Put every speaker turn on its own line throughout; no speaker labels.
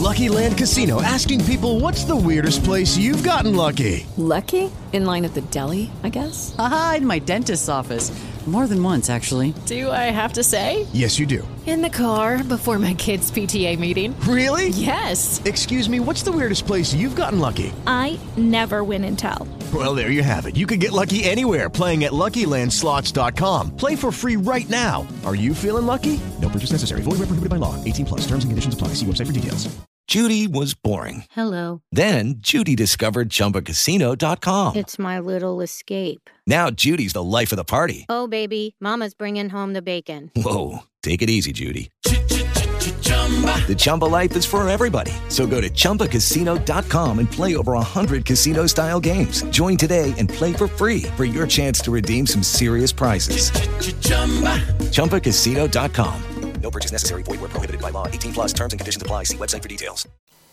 Lucky Land Casino, asking people, what's the weirdest place you've gotten lucky?
Lucky? In line at the deli, I guess?
Aha, in my dentist's office. More than once, actually.
Do I have to say?
Yes, you do.
In the car before my kids' PTA meeting.
Really?
Yes.
Excuse me, what's the weirdest place you've gotten lucky?
I never win and tell.
Well, there you have it. You can get lucky anywhere, playing at LuckyLandSlots.com. Play for free right now. Are you feeling lucky? No purchase necessary. Void where prohibited by law. 18 plus. Terms and conditions apply. See website for details.
Judy was boring.
Hello.
Then Judy discovered ChumbaCasino.com.
It's my little escape.
Now Judy's the life of the party.
Oh, baby, mama's bringing home the bacon.
Whoa, take it easy, Judy. The Chumba life is for everybody. So go to ChumbaCasino.com and play over 100 casino-style games. Join today and play for free for your chance to redeem some serious prizes. ChumbaCasino.com. No purchase necessary. Void where prohibited by law. 18 plus. Terms and conditions apply. See website for details.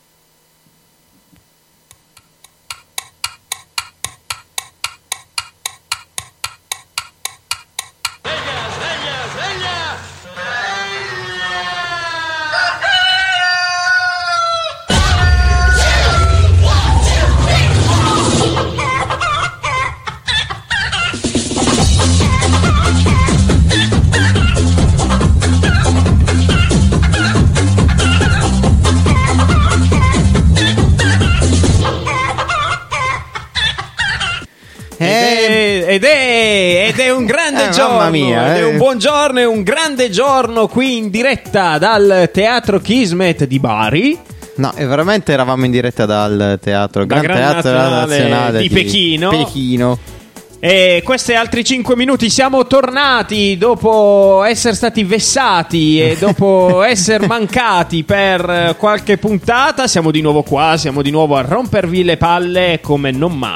Ed è un grande giorno,
mamma mia,
ed è un buongiorno e un grande giorno qui in diretta dal Teatro Kismet di Bari.
No, e veramente eravamo in diretta dal teatro,
Gran
Teatro Nazionale
di Pechino.
Pechino.
E questi altri 5 minuti siamo tornati dopo essere stati vessati e dopo essere mancati per qualche puntata. Siamo di nuovo qua, siamo di nuovo a rompervi le palle come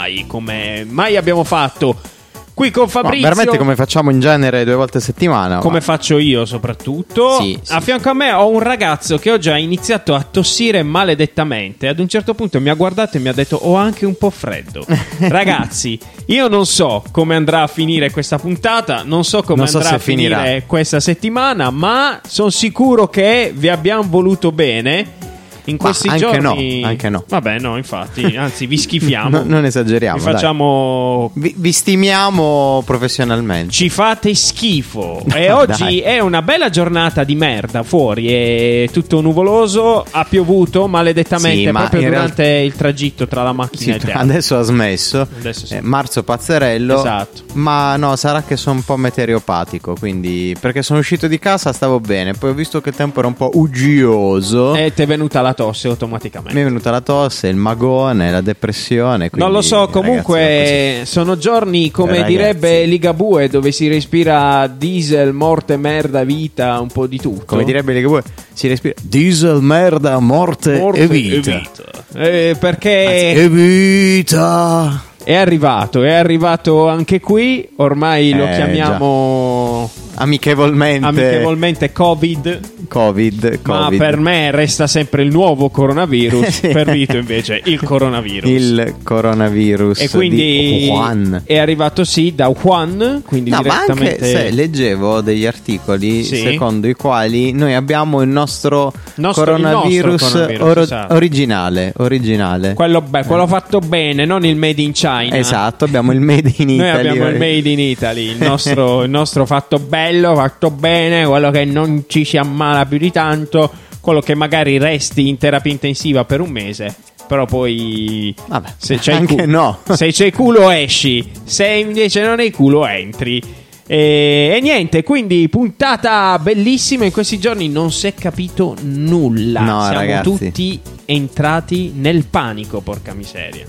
mai abbiamo fatto qui con Fabrizio.
No, veramente come facciamo in genere 2 volte a settimana.
Come faccio io soprattutto.
Sì.
A fianco a me ho un ragazzo che oggi ha iniziato a tossire maledettamente. Ad un certo punto mi ha guardato e mi ha detto: ho anche un po' freddo. Ragazzi, io non so come andrà a finire questa puntata, non so come andrà a finire questa settimana, ma sono sicuro che vi abbiamo voluto bene. In questi giorni
anche no.
Vabbè, no, infatti, anzi vi schifiamo.
Non esageriamo.
Vi facciamo
vi stimiamo professionalmente.
Ci fate schifo. E oggi è una bella giornata di merda fuori, è tutto nuvoloso, ha piovuto maledettamente proprio durante il tragitto tra la macchina e il teatro.
Adesso ha smesso.
Sì.
Marzo pazzerello.
Esatto.
Ma no, sarà che sono un po' meteoropatico, quindi perché sono uscito di casa stavo bene, poi ho visto che il tempo era un po' uggioso
e ti è venuta la tosse automaticamente.
Mi è venuta la tosse, il magone, la depressione.
Non lo so, comunque sono giorni come direbbe Ligabue, dove si respira diesel, morte, merda, vita, un po' di tutto.
Come direbbe Ligabue, si respira diesel, merda, morte e vita.
Perché
e vita.
È arrivato anche qui, ormai lo chiamiamo
amichevolmente
Covid. Ma
Covid.
per me resta sempre il nuovo coronavirus. Per Vito invece il coronavirus.
Il coronavirus
e quindi
di Wuhan.
È arrivato da Wuhan, quindi direttamente.
Ma anche leggevo degli articoli secondo i quali noi abbiamo il nostro coronavirus
esatto.
originale.
Quello fatto bene, non il made in China.
Esatto, abbiamo il made in Italy.
Noi abbiamo il made in Italy, il nostro fatto bello, fatto bene, quello che non ci si ammala più di tanto, quello che magari resti in terapia intensiva per un mese, però poi se c'hai se c'hai culo esci, se invece non hai culo entri. E niente, quindi puntata bellissima. In questi giorni non si è capito nulla. Siamo
ragazzi,
tutti entrati nel panico, porca miseria.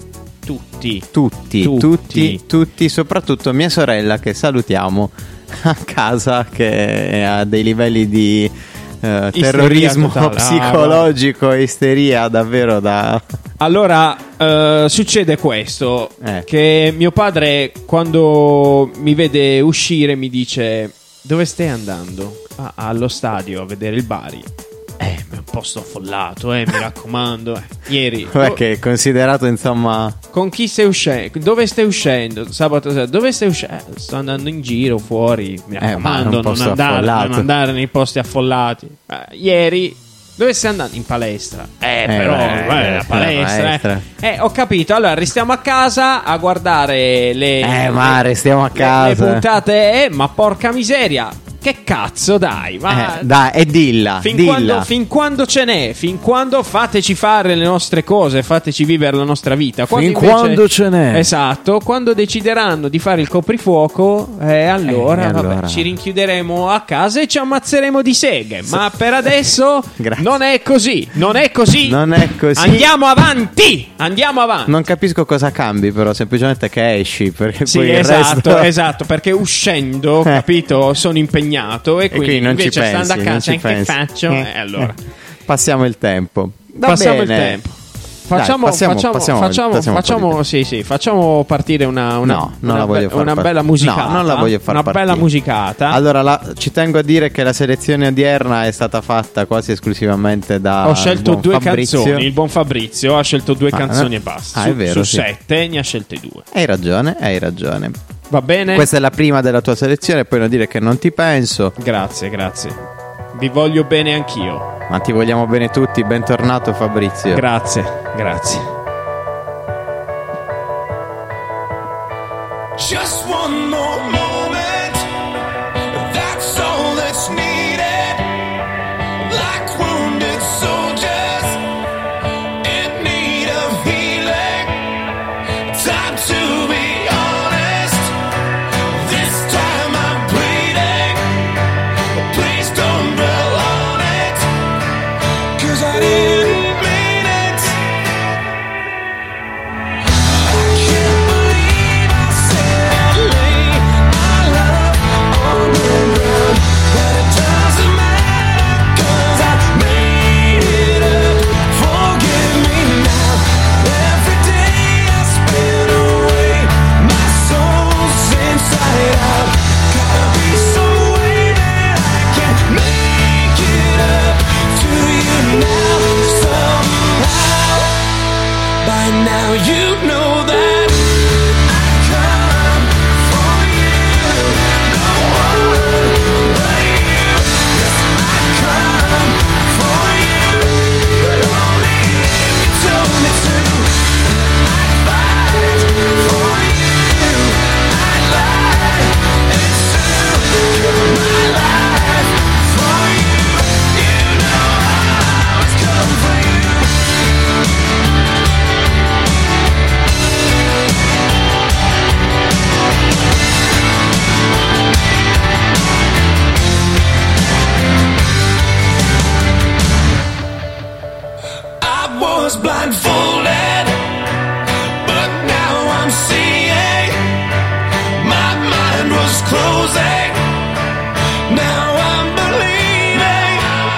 Tutti, soprattutto mia sorella, che salutiamo a casa, che ha dei livelli di terrorismo psicologico, isteria davvero da...
Allora succede questo, che mio padre quando mi vede uscire mi dice: dove stai andando? Allo stadio a vedere il Bari. È un posto affollato, mi raccomando. Ieri
che è considerato, insomma.
Con chi stai uscendo? Dove stai uscendo? Sabato sera. Dove stai uscendo? Sto andando in giro fuori. Mi raccomando, non andare nei posti affollati. Ieri Dove stai andando? In palestra. La palestra. Ho capito. Allora, restiamo a casa a guardare
ma restiamo a casa.
Le puntate, ma porca miseria. Che cazzo, dai,
dai, e dilla.
Fin quando ce n'è, fin quando fateci fare le nostre cose, fateci vivere la nostra vita.
Quando ce n'è.
Esatto, quando decideranno di fare il coprifuoco, allora. Ci rinchiuderemo a casa e ci ammazzeremo di seghe. Ma per adesso non è così. Andiamo avanti.
Non capisco cosa cambi, però semplicemente che esci, perché
sì,
poi
esatto, perché uscendo, capito, sono impegnato e quindi
non
invece
ci pensi,
stando a casa che
pensi.
faccio? Allora
passiamo il tempo.
Passiamo il tempo. Facciamo partire una bella musicata.
No, non la voglio far partire.
Bella musicata.
Allora, ci tengo a dire che la selezione odierna è stata fatta quasi esclusivamente da
Ho scelto due
Fabrizio.
canzoni. Il buon Fabrizio ha scelto due canzoni e basta.
È vero,
su 7 ne ha scelte 2.
Hai ragione.
Va bene?
Questa è la prima della tua selezione, puoi non dire che non ti penso.
Grazie. Vi voglio bene anch'io.
Ma ti vogliamo bene tutti. Bentornato Fabrizio.
Grazie.
Just one more moment, that's all that's needed. Like wounded soldiers in need of healing. Time to be honest, this time I'm bleeding. Please don't dwell on it, 'cause I didn't mean it. I can't believe I said lay my love on the ground, but it doesn't matter 'cause I made it up. Forgive me now. Every day I spin away, my soul's inside out. Gotta be some way that I can make it up to you now somehow. By now you know that I come for you. No one but you. Yes, I come for you, but only if you told me to. I'd fight for you. I'd lie and still give my life for you. You know I always come for you. I was blindfolded, but now I'm seeing. My mind was closing, now I'm believing.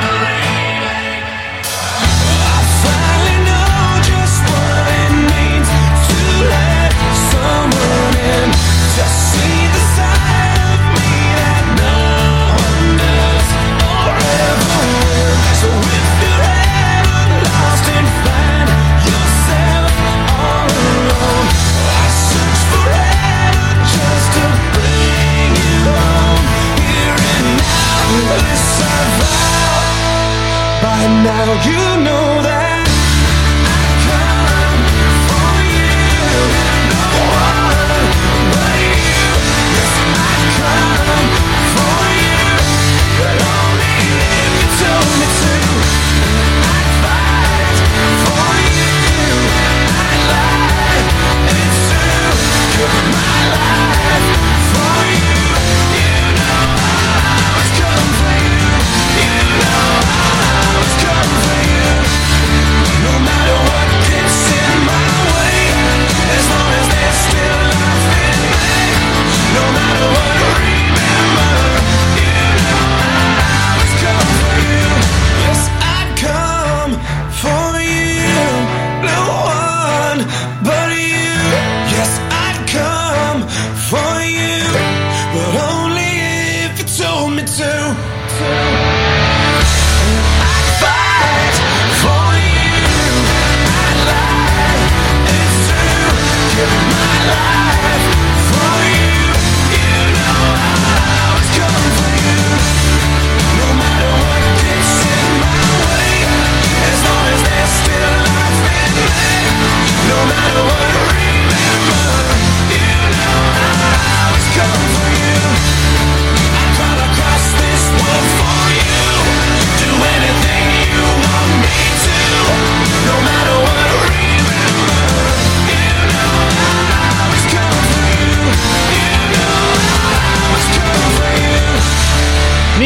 I finally know just what it means to let someone in, to see the side of me that no one does or ever will. So if you're ever lost and find yourself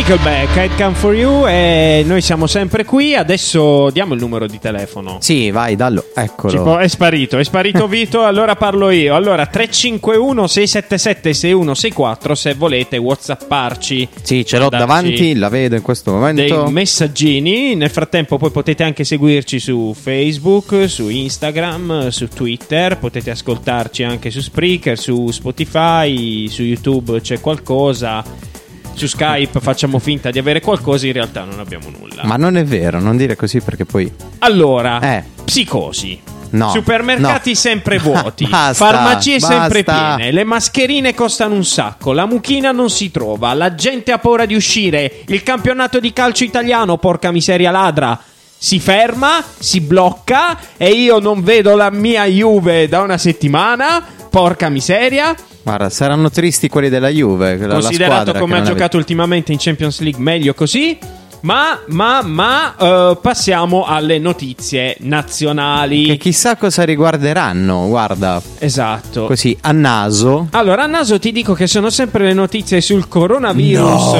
Nickelback, I'd Come For You, e noi siamo sempre qui. Adesso diamo il numero di telefono.
Sì, vai, dallo, eccolo.
È sparito Vito, allora parlo io. Allora 351 677 6164 se volete whatsapparci.
Sì, ce l'ho davanti, la vedo in questo momento.
Dei messaggini. Nel frattempo poi potete anche seguirci su Facebook, su Instagram, su Twitter. Potete ascoltarci anche su Spreaker, su Spotify, su YouTube c'è qualcosa. Su Skype facciamo finta di avere qualcosa, in realtà non abbiamo nulla.
Ma non è vero, non dire così perché poi...
Allora, psicosi.
No,
Supermercati
no.
sempre vuoti,
Basta,
farmacie sempre
basta.
piene, le mascherine costano un sacco, la mucchina non si trova, la gente ha paura di uscire, il campionato di calcio italiano, porca miseria ladra, si ferma, si blocca e io non vedo la mia Juve da una settimana, porca miseria.
Guarda, saranno tristi quelli della Juve.
Considerato come ha giocato ultimamente in Champions League, meglio così. Ma passiamo alle notizie nazionali.
Che chissà cosa riguarderanno, guarda.
Esatto.
Così, a naso.
Allora, a naso ti dico che sono sempre le notizie sul coronavirus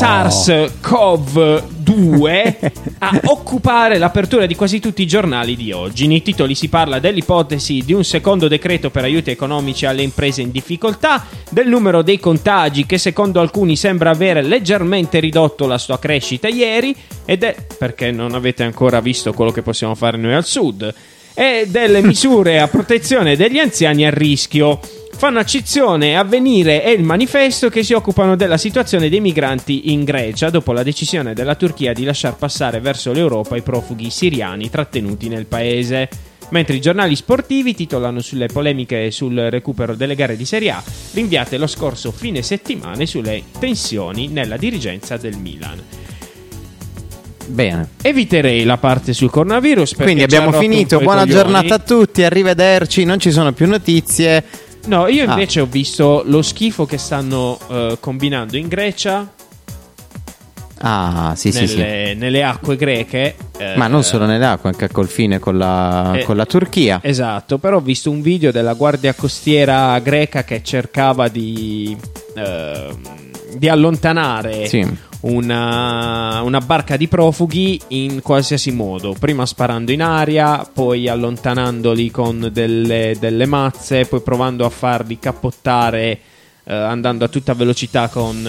SARS-CoV-2 a occupare l'apertura di quasi tutti i giornali di oggi. Nei titoli si parla dell'ipotesi di un secondo decreto per aiuti economici alle imprese in difficoltà, del numero dei contagi che secondo alcuni sembra avere leggermente ridotto la sua crescita ieri, ed è perché non avete ancora visto quello che possiamo fare noi al sud, e delle misure a protezione degli anziani a rischio. Fanno accezione Avvenire e il Manifesto, che si occupano della situazione dei migranti in Grecia dopo la decisione della Turchia di lasciar passare verso l'Europa i profughi siriani trattenuti nel paese. Mentre i giornali sportivi titolano sulle polemiche sul recupero delle gare di Serie A, rinviate lo scorso fine settimana, sulle tensioni nella dirigenza del Milan.
Bene.
Eviterei la parte sul coronavirus.
Quindi abbiamo finito. Buona giornata a tutti. Arrivederci. Non ci sono più notizie.
No, io invece ho visto lo schifo che stanno combinando in Grecia.
Sì.
Nelle acque greche.
Ma non solo nelle acque, anche col fine con la Turchia.
Esatto, però ho visto un video della guardia costiera greca che cercava di allontanare una barca di profughi in qualsiasi modo, prima sparando in aria, poi allontanandoli con delle mazze, poi provando a farli cappottare andando a tutta velocità con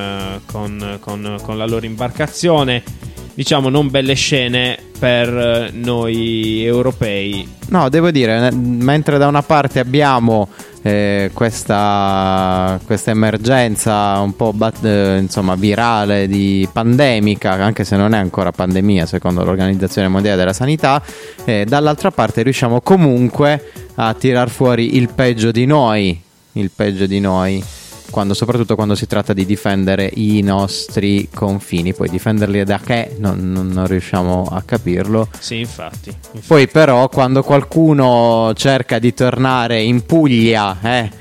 la loro imbarcazione. Diciamo, non belle scene per noi europei. No,
devo dire, mentre da una parte abbiamo questa emergenza un po' virale, di pandemica, anche se non è ancora pandemia secondo l'Organizzazione Mondiale della Sanità, dall'altra parte riusciamo comunque a tirar fuori il peggio di noi, soprattutto quando si tratta di difendere i nostri confini. Poi difenderli da che non riusciamo a capirlo.
Sì, infatti.
Poi però quando qualcuno cerca di tornare in Puglia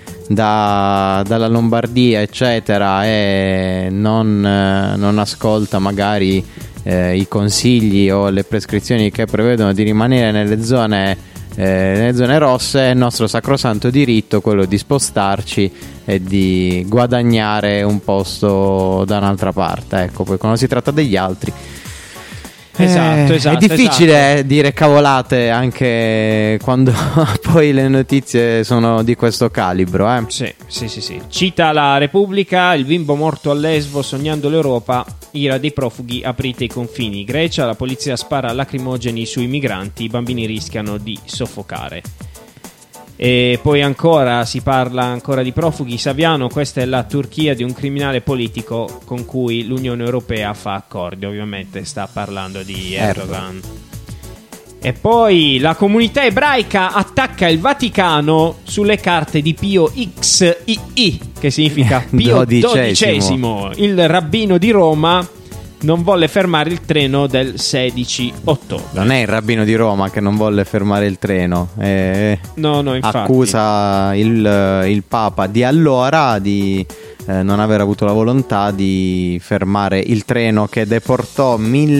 dalla Lombardia eccetera e non ascolta magari i consigli o le prescrizioni che prevedono di rimanere nelle zone rosse, è il nostro sacrosanto diritto quello di spostarci e di guadagnare un posto da un'altra parte. Ecco, poi quando si tratta degli altri
esatto,
è difficile dire cavolate anche quando poi le notizie sono di questo calibro.
Sì. Cita la Repubblica: il bimbo morto a Lesbo sognando l'Europa, ira dei profughi, aprite i confini. Grecia, la polizia spara lacrimogeni sui migranti, i bambini rischiano di soffocare. E poi ancora si parla ancora di profughi. Saviano, questa è la Turchia di un criminale politico con cui l'Unione Europea fa accordi. Ovviamente sta parlando di Erdogan. E poi la comunità ebraica attacca il Vaticano sulle carte di Pio XII, che significa Pio XII. Il rabbino di Roma non volle fermare il treno del 16 ottobre.
Non è il rabbino di Roma che non volle fermare il treno,
no, infatti.
Accusa il Papa di allora di non aver avuto la volontà di fermare il treno che deportò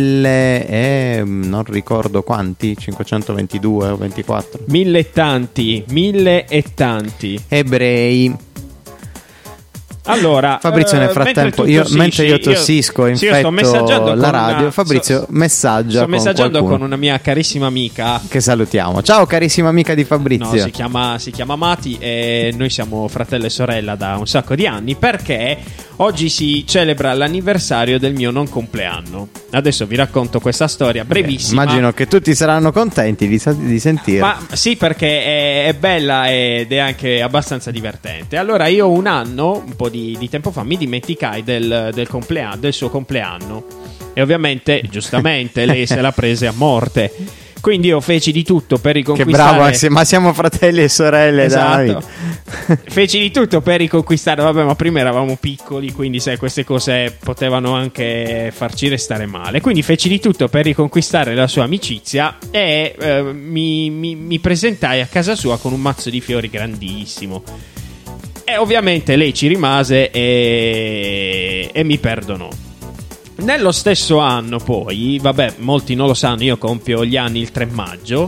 1000 non ricordo quanti, 522 o 24,
1000 e tanti ebrei. Allora,
Fabrizio, nel frattempo, mentre io tossisco, infetto la radio, Fabrizio messaggia.
Sto messaggiando
qualcuno
con una mia carissima amica
che salutiamo. Ciao carissima amica di Fabrizio.
No, si chiama Mati e noi siamo fratello e sorella da un sacco di anni, perché oggi si celebra l'anniversario del mio non compleanno. Adesso vi racconto questa storia brevissima.
Immagino che tutti saranno contenti di sentire.
Ma sì, perché è bella ed è anche abbastanza divertente. Allora, io un anno, un po' di tempo fa, mi dimenticai del suo compleanno. E ovviamente, giustamente, lei se l'ha presa a morte. Quindi io feci di tutto per riconquistare.
Che bravo, ma siamo fratelli e sorelle,
esatto.
Dai.
Feci di tutto per riconquistare. Vabbè, ma prima eravamo piccoli, quindi sai, queste cose potevano anche farci restare male. Quindi feci di tutto per riconquistare la sua amicizia e mi presentai a casa sua con un mazzo di fiori grandissimo. E ovviamente lei ci rimase e mi perdonò. Nello stesso anno poi, vabbè, molti non lo sanno, io compio gli anni il 3 maggio.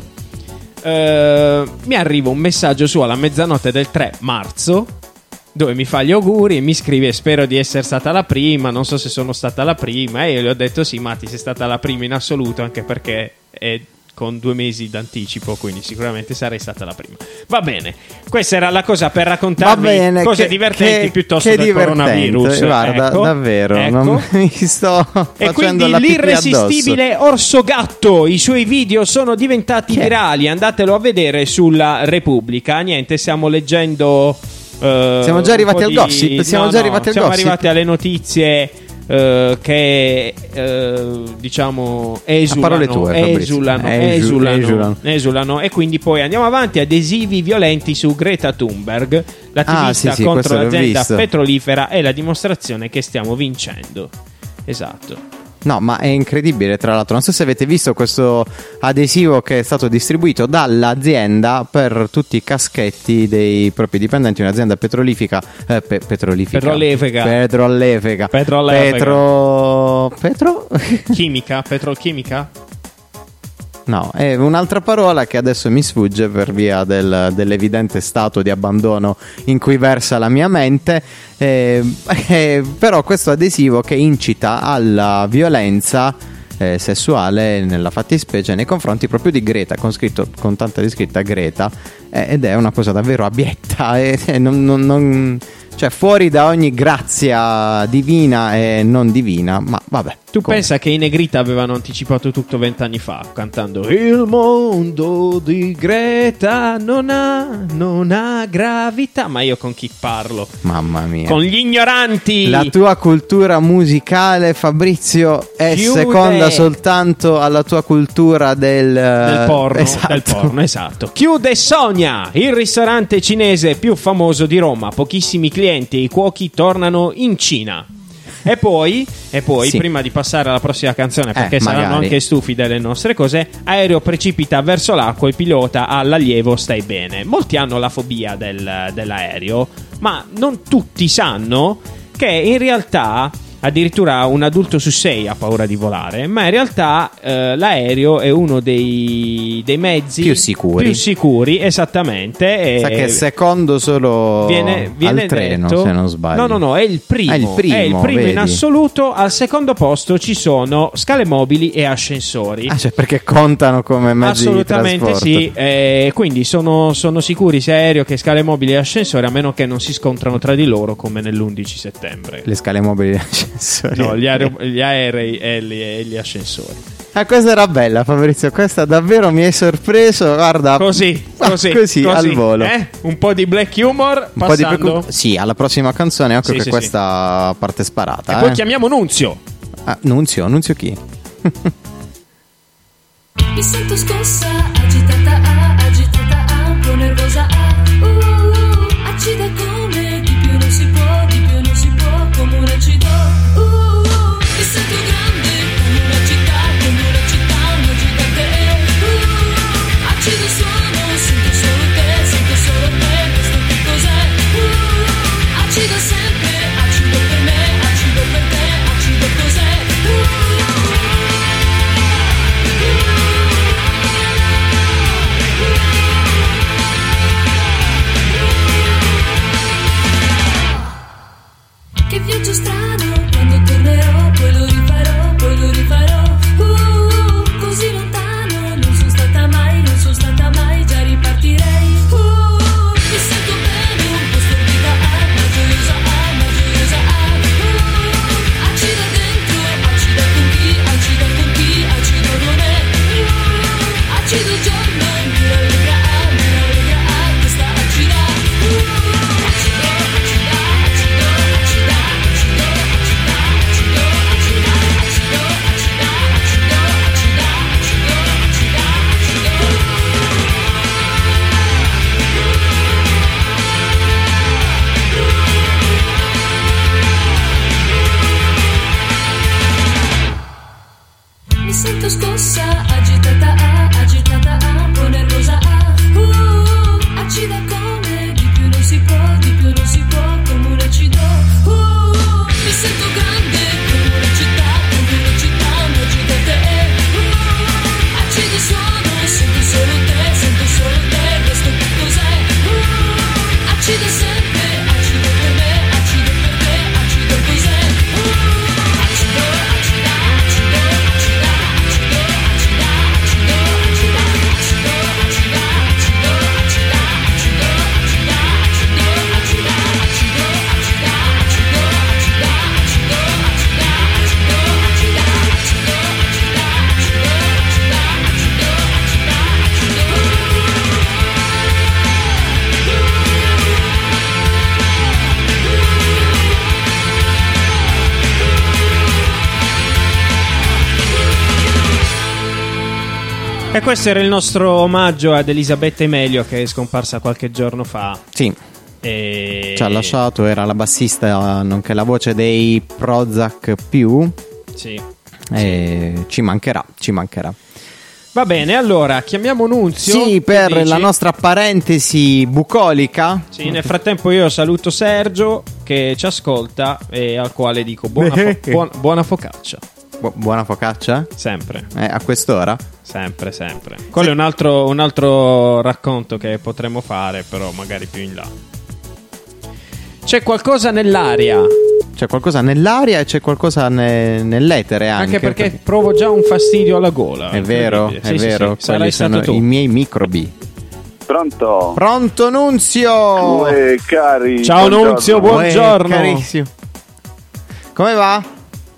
Mi arriva un messaggio su alla mezzanotte del 3 marzo dove mi fa gli auguri e mi scrive: spero di essere stata la prima, non so se sono stata la prima. E io gli ho detto: sì Matti, sei stata la prima in assoluto, anche perché è con 2 mesi d'anticipo, quindi sicuramente sarei stata la prima. Va bene, questa era la cosa per raccontarvi cose divertenti piuttosto del coronavirus.
Guarda,
ecco,
davvero,
ecco.
Non mi sto
e
facendo
quindi
la pipì
l'irresistibile Orso Gatto, i suoi video sono diventati virali, andatelo a vedere sulla Repubblica. Niente, stiamo leggendo
siamo già arrivati al gossip? Siamo
arrivati alle notizie che diciamo esulano e quindi poi andiamo avanti. Adesivi violenti su Greta Thunberg, l'attivista contro l'azienda petrolifera, è la dimostrazione che stiamo vincendo. Esatto.
No, ma è incredibile, tra l'altro. Non so se avete visto questo adesivo che è stato distribuito dall'azienda per tutti i caschetti dei propri dipendenti, un'azienda petrolifera.
Petrolchimica?
No, è un'altra parola che adesso mi sfugge per via dell'evidente stato di abbandono in cui versa la mia mente. Però questo adesivo che incita alla violenza sessuale, nella fattispecie nei confronti proprio di Greta, con tanta descritta Greta, ed è una cosa davvero abietta e cioè fuori da ogni grazia divina e non divina. Ma vabbè,
tu pensa che i Negrita avevano anticipato tutto 20 anni fa cantando: il mondo di Greta non ha gravità. Ma io con chi parlo?
Mamma mia,
con gli ignoranti.
La tua cultura musicale, Fabrizio, è seconda soltanto alla tua cultura del
porno. Esatto. Chiude Sonia, il ristorante cinese più famoso di Roma. Pochissimi clienti e i cuochi tornano in Cina. E poi sì, prima di passare alla prossima canzone, perché saranno anche stufi delle nostre cose, aereo precipita verso l'acqua, il pilota ha l'allievo, stai bene. Molti hanno la fobia dell'aereo, ma non tutti sanno che in realtà addirittura un adulto su 6 ha paura di volare, ma in realtà l'aereo è uno dei mezzi più sicuri, esattamente.
Sa che è secondo solo viene al treno, detto, se non sbaglio.
No, è il primo in assoluto. Al secondo posto ci sono scale mobili e ascensori.
Cioè perché contano come mezzi di trasporto.
Assolutamente sì, quindi sono sicuri sia aereo che scale mobili e ascensori, a meno che non si scontrano tra di loro come nell'11 settembre.
Le scale mobili
No, gli aerei e gli ascensori.
Questa era bella, Fabrizio. Questa davvero mi hai sorpreso. Guarda, così al volo.
Un po' di black humor. Passando.
Sì, alla prossima canzone. Ecco che questa parte sparata.
E poi chiamiamo Nunzio.
Nunzio chi?
Mi sento scossa, agitata, un po' nervosa, acida come di più non si può, come un acido. Mi sento grande come una città, una gigante. Acido suono, sento solo te, questo che cos'è? Acido sempre, acido per me, acido per te, acido cos'è?
E questo era il nostro omaggio ad Elisabetta Emelio, che è scomparsa qualche giorno fa.
Sì.
E...
ci ha lasciato, era la bassista nonché la voce dei Prozac più.
Sì.
E ci mancherà.
Va bene, allora chiamiamo Nunzio.
Sì, per
Che dici?
la nostra parentesi bucolica.
Sì, nel frattempo io saluto Sergio che ci ascolta e al quale dico buona focaccia.
Buona focaccia?
Sempre.
A quest'ora?
Sempre. Quello è un altro racconto che potremmo fare, però magari più in là. C'è qualcosa nell'aria.
C'è qualcosa nell'aria e c'è qualcosa nell'etere anche
perché provo già un fastidio alla gola.
È vero,
Sì,
vero.
sarai
Quelli
stato
sono
tu.
i miei microbi.
Pronto
Nunzio.
cari,
Ciao
buongiorno.
Nunzio, buongiorno.
Carissimo. Come va?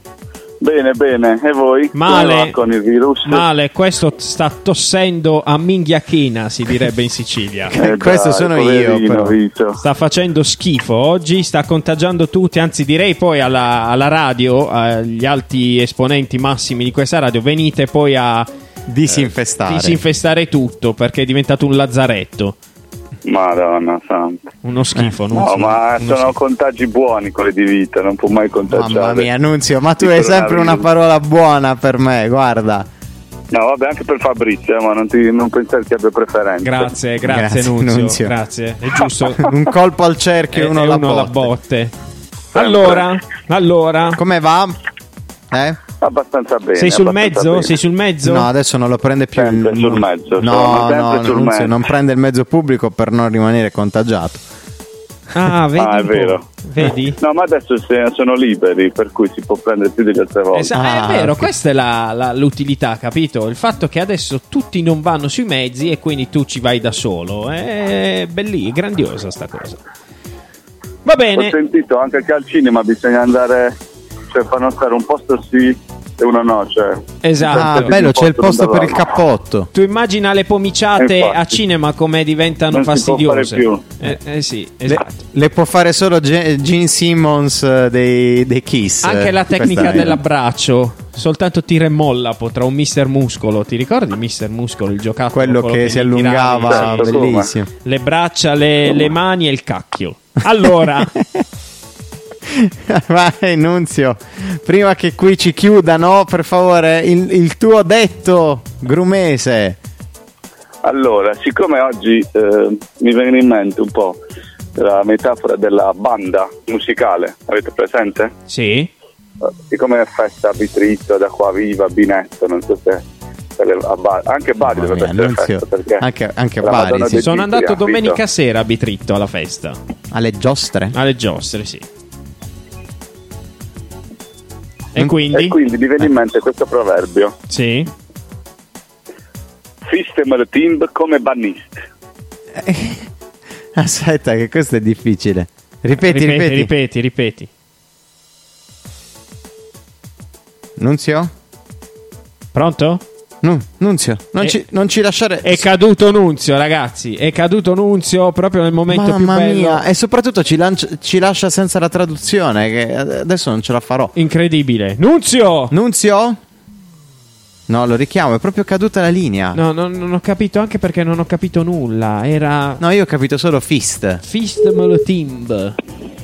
Bene, e voi?
Male.
Come va con il virus?
Male, questo sta tossendo a minghiachina, si direbbe in Sicilia.
Questo sono io,
poverino,
però.
Vito.
Sta facendo schifo oggi, sta contagiando tutti, anzi direi poi alla radio, agli alti esponenti massimi di questa radio, venite poi a disinfestare tutto, perché è diventato un lazzaretto.
Madonna santa.
Uno schifo.
No, ma sono contagi buoni quelli di Vito, non può mai contagiare.
Mamma mia, Nunzio, ma tu
Il
hai sempre una
coronavirus.
parola buona per me, guarda.
No, vabbè, anche per Fabrizio, ma non pensare che abbia preferenze.
Grazie Nunzio. Grazie, è giusto.
Un colpo al cerchio e uno alla botte.
Allora,
come va?
Abbastanza bene.
Sei sul
abbastanza
mezzo?
bene.
Sei sul mezzo?
No, adesso non lo prende più.
Sempre sul mezzo,
No,
sempre sul
Nunzio,
mezzo.
non prende il mezzo pubblico per non rimanere contagiato.
Ah, vedi?
Ah, è
un po'.
vero.
Vedi?
No, ma adesso sono liberi, per cui si può prendere più delle altre volte.
È vero,
ok.
questa è l'utilità, capito? Il fatto che adesso tutti non vanno sui mezzi e quindi tu ci vai da solo. È bellissima, grandiosa sta cosa. Va bene.
Ho sentito anche che al cinema bisogna andare, cioè fanno stare un posto sì e uno no, cioè.
Esatto.
Ah, bello, c'è il posto per il cappotto.
Tu immagina le pomiciate
Infatti.
a cinema come diventano
Non si può
fastidiose.
fare più.
Sì, esatto.
Le può fare solo Gene Simmons dei Kiss.
Anche la tecnica
Questa è-
dell'abbraccio. Soltanto tira e molla potrà un Mister Muscolo. Ti ricordi Mister Muscolo, il giocattolo?
quello che si
gli
allungava,
tiravi?
Certo,
bellissimo.
Le braccia, le mani e il cacchio. Allora,
Vai Nunzio, prima che qui ci chiudano, per favore, il tuo detto grumese.
Allora, siccome oggi mi viene in mente un po' la metafora della banda musicale, avete presente?
sì.
Siccome è festa a Bitritto, da qua viva, Binetto, non so se anche Bari
Mamma
dovrebbe
mia,
essere
Nunzio,
festa, perché
anche
la
Bari,
Madonna
sì.
dei
Sono
Titoli,
andato
Vito.
domenica sera a Bitritto alla festa.
Alle giostre.
Alle giostre, sì. E quindi?
E quindi mi viene in mente questo proverbio:
Sì.
Fistem le timb come bannist.
Aspetta, che questo è difficile. Ripeti. Nunzio?
Pronto?
Nunzio, non ci lasciare.
È caduto Nunzio, ragazzi. È caduto Nunzio proprio nel momento
Mamma
più bello.
mia, e soprattutto ci lascia senza la traduzione, che adesso non ce la farò.
Incredibile. Nunzio!
Nunzio? No, lo richiamo, è proprio caduta la linea.
No, non ho capito, anche perché non ho capito nulla. Era
No, io ho capito solo fist.
Fist Molotimb.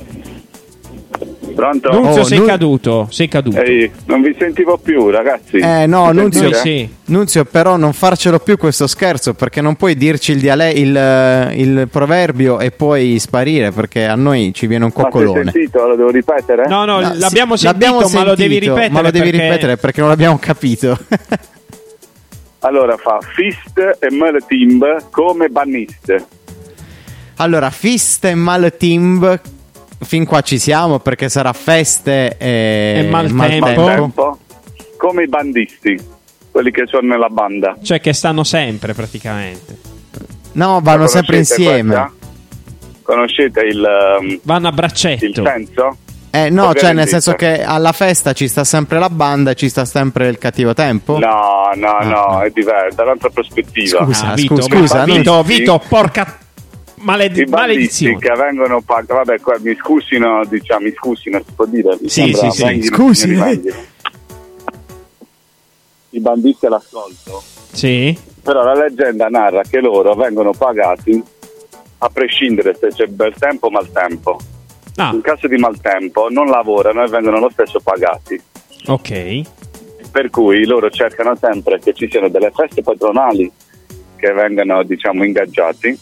Pronto?
Nunzio,
Oh,
sei caduto.
Ehi, non vi sentivo più, ragazzi.
No,
Mi
Nunzio,
sentite?
Sì.
Nunzio, però non farcelo più questo scherzo, perché non puoi dirci il proverbio e poi sparire, perché a noi ci viene un
Ma sei
coccolone.
sentito? Lo devo ripetere?
No,
No,
l'abbiamo
sì,
sentito, ma lo devi ripetere.
Ma lo devi ripetere perché non l'abbiamo capito.
Allora fa Fist e Mele Timb come bannist.
Allora, fist e maltimb. Fin qua ci siamo, perché sarà feste e
maltempo.
Tempo come i bandisti, quelli che sono nella banda.
Cioè che stanno sempre praticamente.
No, vanno
La
sempre
conoscete
insieme.
questa? Conoscete
Vanno a
il
braccetto.
senso?
No, cioè
Ovviamente
nel senso
sì.
che alla festa ci sta sempre la banda e ci sta sempre il cattivo tempo.
No, è diverso, dall'altra prospettiva.
Scusa,
Vito,
scusa,
Vito, porca
I bandisti
maledizione.
che vengono vabbè, qua, mi scusino, si può dire? Mi
Sì,
sembra,
sì,
venghino,
scusi.
mi venghino. I bandisti all'ascolto
Sì.
Però la leggenda narra che loro vengono pagati a prescindere se c'è bel tempo o maltempo. In caso di maltempo non lavorano e vengono lo stesso pagati.
Ok.
Per cui loro cercano sempre che ci siano delle feste patronali che vengano, diciamo, ingaggiati,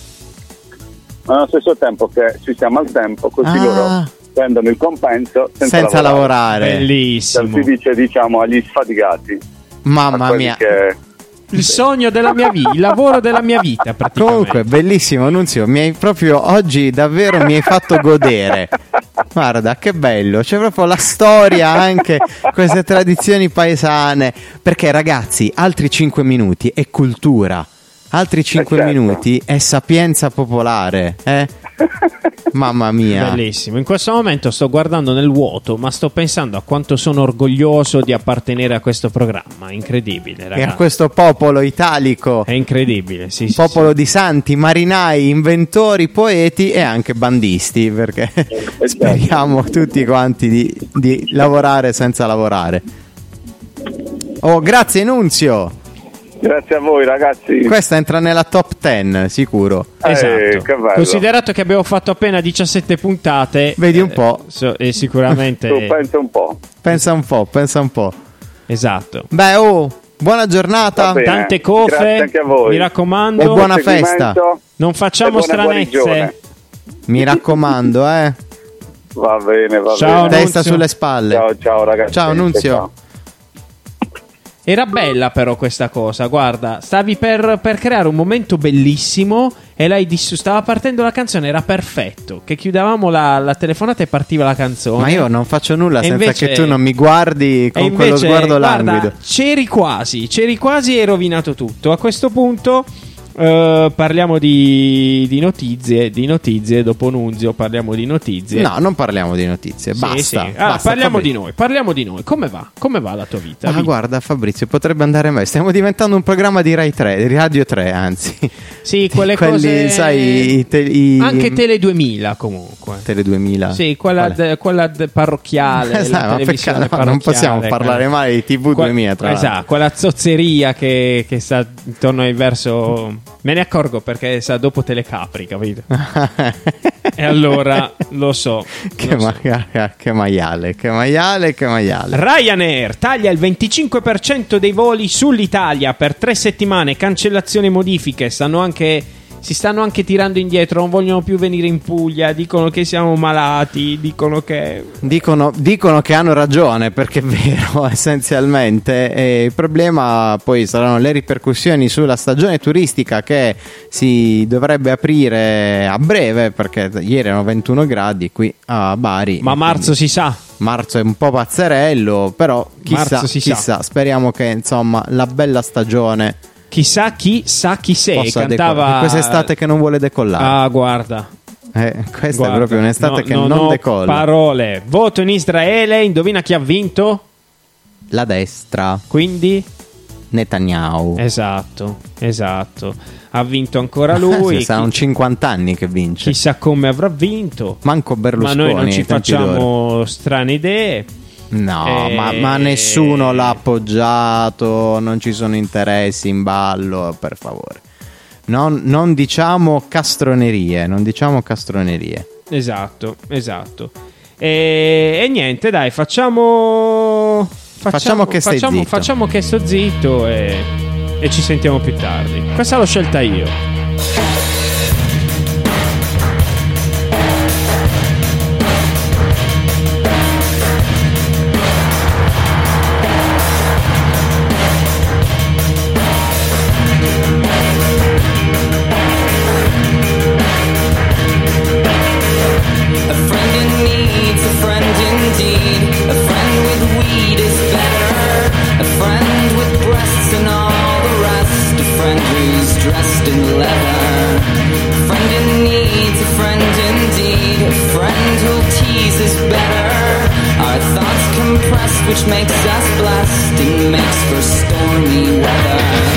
ma allo stesso tempo che ci sia maltempo, così loro prendono il compenso senza
lavorare.
Bellissimo.
Si dice, diciamo, agli sfaticati.
Mamma mia.
Il sogno della mia vita, il lavoro della mia vita, praticamente.
Comunque, bellissimo, Nunzio. Mi hai proprio oggi davvero mi hai fatto godere. Guarda, che bello. C'è proprio la storia, anche queste tradizioni paesane. Perché, ragazzi, altri 5 minuti è cultura. Altri 5 minuti è sapienza popolare, Mamma mia.
Bellissimo. In questo momento sto guardando nel vuoto, ma sto pensando a quanto sono orgoglioso di appartenere a questo programma. Incredibile, ragazzi.
E a questo popolo italico.
È incredibile, sì.
Popolo di santi, marinai, inventori, poeti e anche bandisti, perché speriamo tutti quanti di lavorare senza lavorare. Oh, grazie Nunzio.
Grazie a voi, ragazzi.
Questa entra nella top 10 sicuro.
Esatto.
Che bello.
Considerato che abbiamo fatto appena 17 puntate,
vedi un po'.
E sicuramente
Tu pensa un po'.
Pensa un po'.
Esatto.
Beh, buona giornata.
Tante cofe.
Grazie anche a voi.
Mi raccomando.
E buona festa.
Non facciamo stranezze.
guarigione.
Mi raccomando,
Va bene, va
Ciao,
bene.
Testa sulle spalle.
Ciao ragazzi.
Ciao Nunzio.
Ciao.
Era bella però questa cosa, guarda, stavi per creare un momento bellissimo e stava partendo la canzone, era perfetto, che chiudevamo la telefonata e partiva la canzone.
Ma io non faccio nulla
E
senza
invece-
che tu non mi guardi con quello sguardo
guarda,
languido.
c'eri quasi e hai rovinato tutto. A questo punto parliamo di notizie, dopo Nunzio parliamo di notizie.
No, non parliamo di notizie,
Sì,
basta.
sì.
basta,
parliamo
Fabrizio.
di noi. Come va la tua vita?
Ah, guarda Fabrizio, potrebbe andare meglio. Stiamo diventando un programma di Rai 3, di Radio 3 anzi.
Sì, quelli,
cose, sai,
anche Tele 2000 comunque.
Tele 2000.
Sì, quella parrocchiale, la
Ma
televisione
peccato, non possiamo
parrocchiale,
parlare mai di TV 2000 tra l'altro.
Esatto, quella zozzeria che sta intorno ai verso. Me ne accorgo perché sa dopo te le capri, capito? E allora lo so.
Che maiale.
Ryanair taglia il 25% dei voli sull'Italia per 3 settimane, cancellazioni e modifiche. Si stanno anche tirando indietro, non vogliono più venire in Puglia, dicono che siamo malati, dicono che
hanno ragione, perché è vero essenzialmente. E il problema poi saranno le ripercussioni sulla stagione turistica, che si dovrebbe aprire a breve, perché ieri erano 21 gradi qui a Bari.
Ma marzo si sa.
Marzo è un po' pazzerello, però chissà, speriamo che insomma la bella stagione
Chissà chi sei, cantava
quest'estate che non vuole decollare.
Ah, guarda.
Questa è proprio un'estate che non decolla.
Parole. Voto in Israele, indovina chi ha vinto?
La destra.
Quindi?
Netanyahu.
Esatto. Ha vinto ancora lui.
Saranno 50 anni che vince.
Chissà come avrà vinto.
Manco Berlusconi.
Ma noi non ci facciamo strane idee.
No, ma nessuno l'ha appoggiato, non ci sono interessi in ballo, per favore. Non diciamo castronerie,
Esatto. E niente, dai, facciamo che sto zitto e ci sentiamo più tardi. Questa l'ho scelta io.
Which makes us blessed and makes for stormy weather.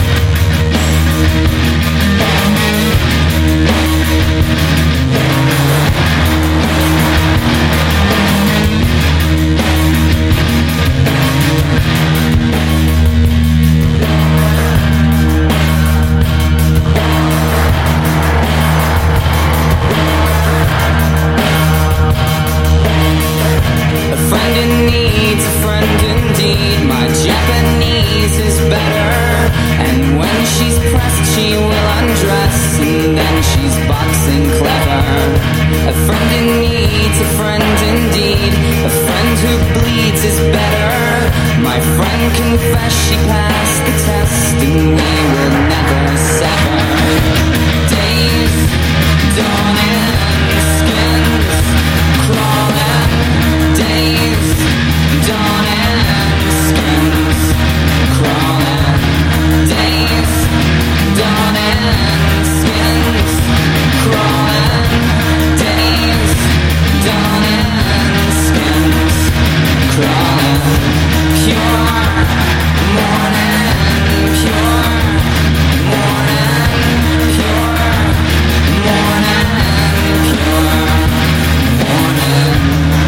A friend in need's a friend indeed. A friend who bleeds is better. My friend confessed she passed the test, and we will never sever. Days dawning, skins crawling. Days dawning, skins crawling. Days dawning, skins crawling. Days dawning, skins crawling. Pure morning, pure morning, pure morning, pure morning.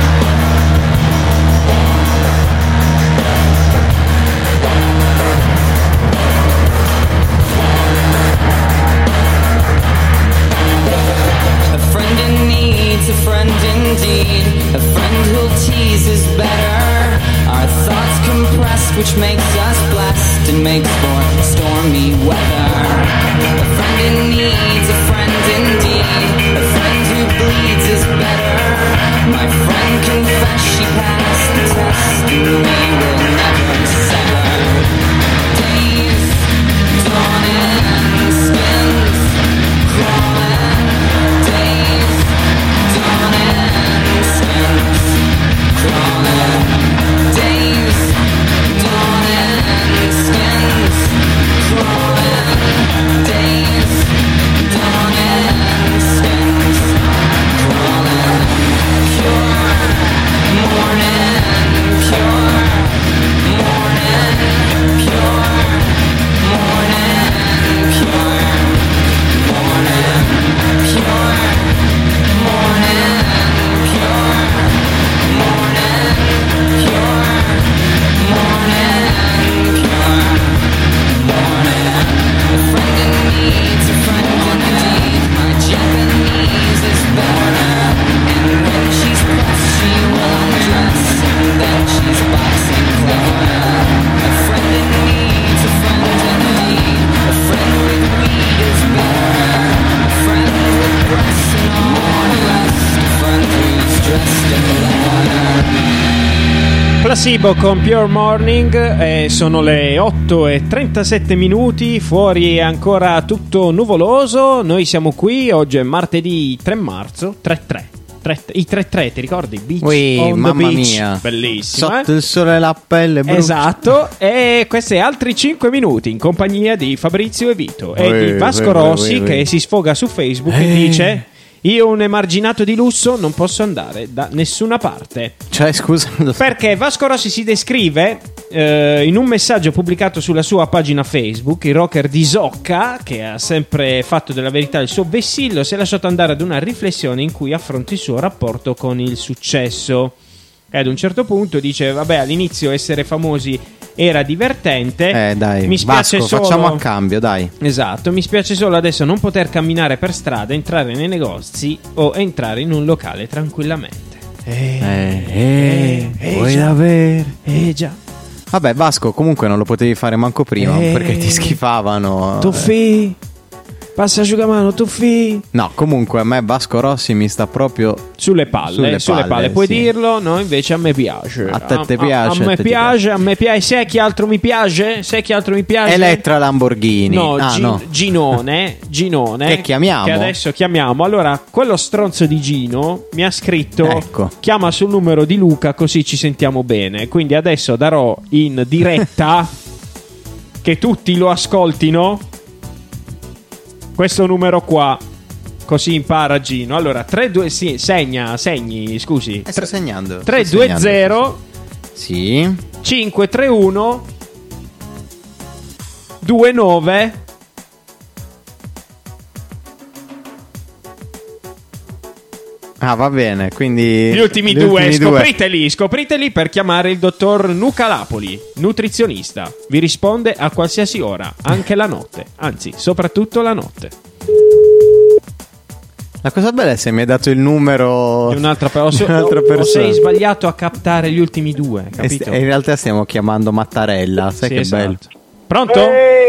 A friend in need's a friend indeed. A friend who'll tease is better. Our thoughts compressed, which makes us blessed and makes for stormy weather. A friend in need's a friend indeed. A friend who bleeds is better. My friend confessed she passed the test, and we will never sever. Days dawning, skins crawling. Days dawning, skins crawling. Days dawning, skins crawling. Days dawning, skins crawling. Pure morning, pure morning, pure morning, pure morning, pure morning, pure morning, pure morning, pure morning. A friend in need's a friend indeed. My Japanese is better, and when she's pressed, she will undress, and then she's boxing clever. A friend in need's a friend indeed. A friend with weed is better. A friend with breasts and all the rest. A friend who's dressed in leather.
Placebo con Pure Morning, sono le 8:37 minuti, fuori è ancora tutto nuvoloso, noi siamo qui, oggi è martedì 3 marzo, 3-3. I 3-3, ti ricordi? Beach on
mamma
the beach.
mia,
Bellissimo,
sotto il sole la pelle brucia.
Esatto, e questi altri 5 minuti in compagnia di Fabrizio e Vito e di Vasco Rossi che si sfoga su Facebook e dice: io, un emarginato di lusso, non posso andare da nessuna parte.
Cioè, scusa,
Perché Vasco Rossi si descrive in un messaggio pubblicato sulla sua pagina Facebook. Il rocker di Zocca, che ha sempre fatto della verità il suo vessillo, si è lasciato andare ad una riflessione in cui affronta il suo rapporto con il successo. E ad un certo punto dice: vabbè, all'inizio essere famosi era divertente.
Dai,
mi spiace
Vasco,
solo...
facciamo a cambio, dai.
Esatto, mi spiace solo adesso non poter camminare per strada, entrare nei negozi o entrare in un locale tranquillamente.
Vuoi davvero?
Già.
Vabbè, Vasco, comunque non lo potevi fare manco prima perché ti schifavano.
Tuffi, passa asciugamano, Tuffi.
No, comunque a me Vasco Rossi mi sta proprio
sulle palle. Puoi
sì.
dirlo, no? Invece a me piace.
A te ti piace?
A me piace, a me piace. Sai chi altro mi piace?
Elettra Lamborghini.
No,
no.
Ginone.
Che chiamiamo?
Che adesso chiamiamo. Allora, quello stronzo di Gino mi ha scritto:
ecco,
chiama sul numero di Luca così ci sentiamo bene. Quindi adesso darò in diretta che tutti lo ascoltino questo numero qua, così impara Gino. Allora 32, sì, segni, scusi.
Sto segnando.
320
sì
531 29
Ah, va bene, quindi
gli ultimi due. Scopriteli per chiamare il dottor Nucalapoli, nutrizionista. Vi risponde a qualsiasi ora, anche la notte, anzi, soprattutto la notte.
La cosa bella è se mi hai dato il numero
di un'altra persona. O sei sbagliato a captare gli ultimi due, capito?
E in realtà stiamo chiamando Mattarella, sai
sì,
che
esatto.
bello.
Pronto?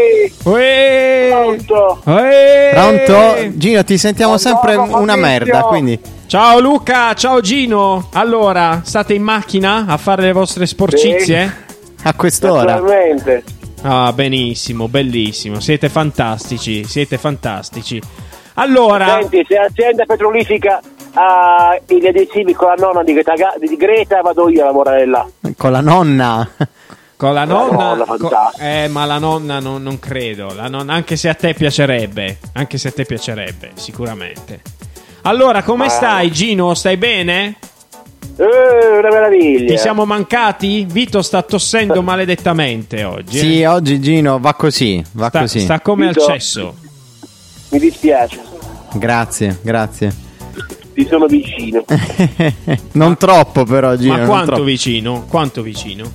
Pronto?
Pronto? Gino, ti sentiamo sempre una merda, quindi...
Ciao Luca, ciao Gino. Allora, state in macchina a fare le vostre sporcizie?
A quest'ora?
Naturalmente.
Ah, benissimo, bellissimo. Siete fantastici, siete fantastici. Allora,
Senti, se l'azienda petrolifica ha gli adesivi con la nonna di Greta, vado io a lavorare là.
Con la nonna?
con la nonna,
fantastica.
ma la nonna non credo. La nonna, anche se a te piacerebbe, sicuramente. Allora, come stai, Gino? Stai bene?
Una meraviglia.
Ti siamo mancati? Vito sta tossendo maledettamente oggi.
Sì, oggi Gino va così,
sta come
Vito,
al cesso.
Mi dispiace,
Grazie.
ti sono vicino.
Non troppo però, Gino.
Ma
non
quanto
troppo.
vicino? Quanto vicino?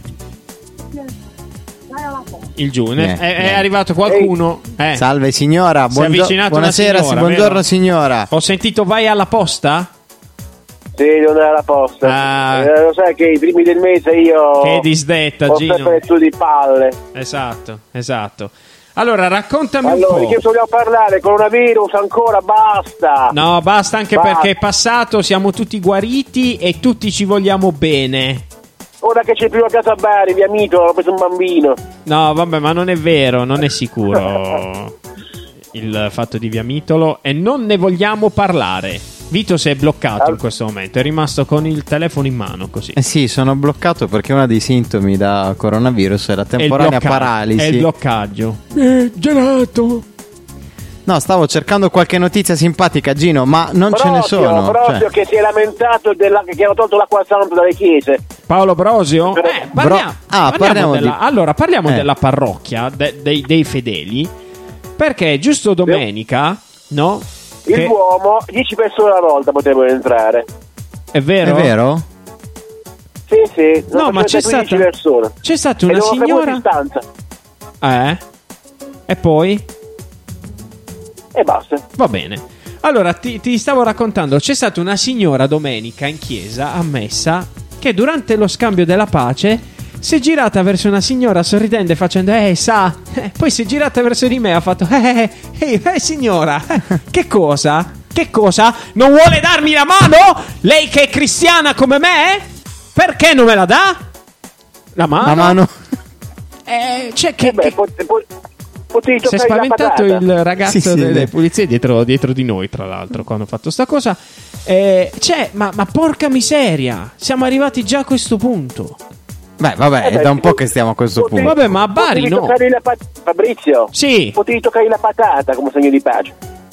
Il Giune. È
Niente.
arrivato qualcuno.
Salve signora,
Si è avvicinata una
buonasera,
signora,
buongiorno
vero?
signora.
Ho sentito vai alla posta?
Sì, non era la posta.
Ah.
Lo sai che i primi del mese io
Che disdetta,
ho
Gino.
sempre su di palle.
Esatto. Allora, raccontami
Allora,
un
di che
po'.
vogliamo parlare? Coronavirus ancora, basta.
No, basta anche
Basta.
perché è passato, siamo tutti guariti e tutti ci vogliamo bene.
Ora che c'è il primo caso a Bari, mio amico, ho preso un bambino.
No, vabbè, ma non è vero, non è sicuro il fatto di Via Mitolo e non ne vogliamo parlare. Vito si è bloccato in questo momento, è rimasto con il telefono in mano così.
Sì, sono bloccato perché uno dei sintomi da coronavirus è la temporanea paralisi.
È il bloccaggio. Gelato.
No, stavo cercando qualche notizia simpatica, Gino, ma non ce ne sono.
Proprio
Cioè,
che si è lamentato che hanno tolto l'acqua santa dalle chiese.
Paolo Brosio? Parliamo della parrocchia dei fedeli, perché giusto domenica, no?
L'uomo, 10 persone alla volta potevano entrare.
È vero?
È vero?
Sì.
No, ma c'è stata una signora.
Distanza.
E poi?
E basta.
Va bene. Allora, ti stavo raccontando, c'è stata una signora domenica in chiesa a messa che durante lo scambio della pace si è girata verso una signora sorridendo e facendo poi si è girata verso di me e ha fatto signora, che cosa? Non vuole darmi la mano? Lei che è cristiana come me? Perché non me la dà? La mano?
Potevi
Si è
toccare la
spaventato
patata.
il ragazzo
Sì,
delle pulizie dietro di noi, tra l'altro, quando ho fatto sta cosa. Ma porca miseria, siamo arrivati già a questo punto.
Beh, vabbè, è da un po' che stiamo a questo punto.
Vabbè, ma a Bari
Potevi
no.
toccare Fabrizio?
Sì.
Potevi toccare la patata come segno di pace.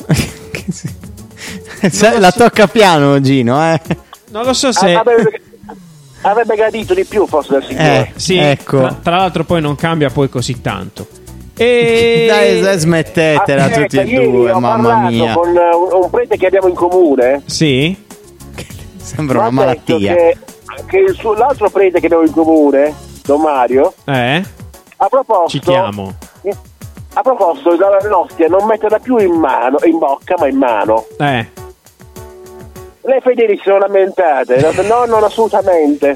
La tocca piano, Gino,
Non lo so se...
Avrebbe gradito di più forse del signore.
Sì,
ecco.
tra l'altro poi non cambia poi così tanto. E...
Dai, smettetela tutti e due, mamma mia.
Con un prete che abbiamo in comune.
Sì.
Sembra una
Mi ha detto
malattia.
che l'altro prete che abbiamo in comune, Don Mario, ha proposto.
Citiamo.
Ha proposto l'ostia non metterla più in bocca, ma in mano. Le fedeli si sono lamentate. No, non assolutamente.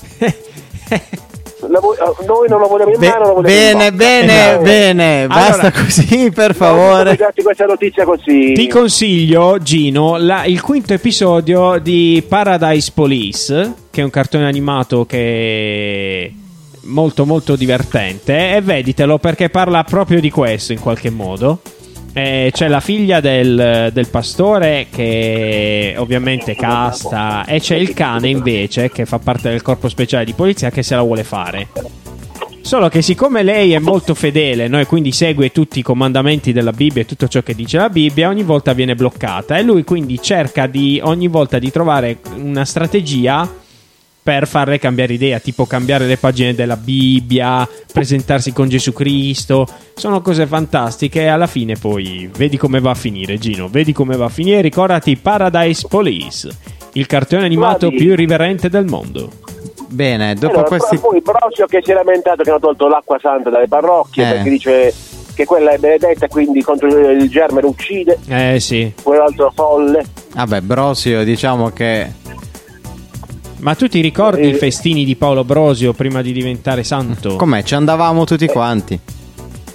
Noi non lo vogliamo in mano, lo vogliamo in bocca.
Bene, basta
Allora,
così, per favore.
Questa notizia così.
Ti consiglio, Gino, il quinto episodio di Paradise Police, che è un cartone animato che è molto molto divertente, e veditelo perché parla proprio di questo in qualche modo. C'è la figlia del pastore che ovviamente casta, e c'è il cane invece che fa parte del corpo speciale di polizia che se la vuole fare. Solo che siccome lei è molto fedele, no, e quindi segue tutti i comandamenti della Bibbia e tutto ciò che dice la Bibbia, ogni volta viene bloccata, e lui quindi cerca ogni volta di trovare una strategia per farle cambiare idea, tipo cambiare le pagine della Bibbia, presentarsi con Gesù Cristo. Sono cose fantastiche, e alla fine poi vedi come va a finire, Gino, vedi come va a finire. Ricordati Paradise Police, il cartone animato più irriverente del mondo.
Bene, dopo questi...
Poi Brosio che si è lamentato che hanno tolto l'acqua santa dalle parrocchie perché dice che quella è benedetta, quindi contro il germe lo uccide.
Sì.
Quell'altro folle.
Vabbè, Brosio, diciamo che...
Ma tu ti ricordi i festini di Paolo Brosio prima di diventare santo?
Com'è? Ci andavamo tutti quanti.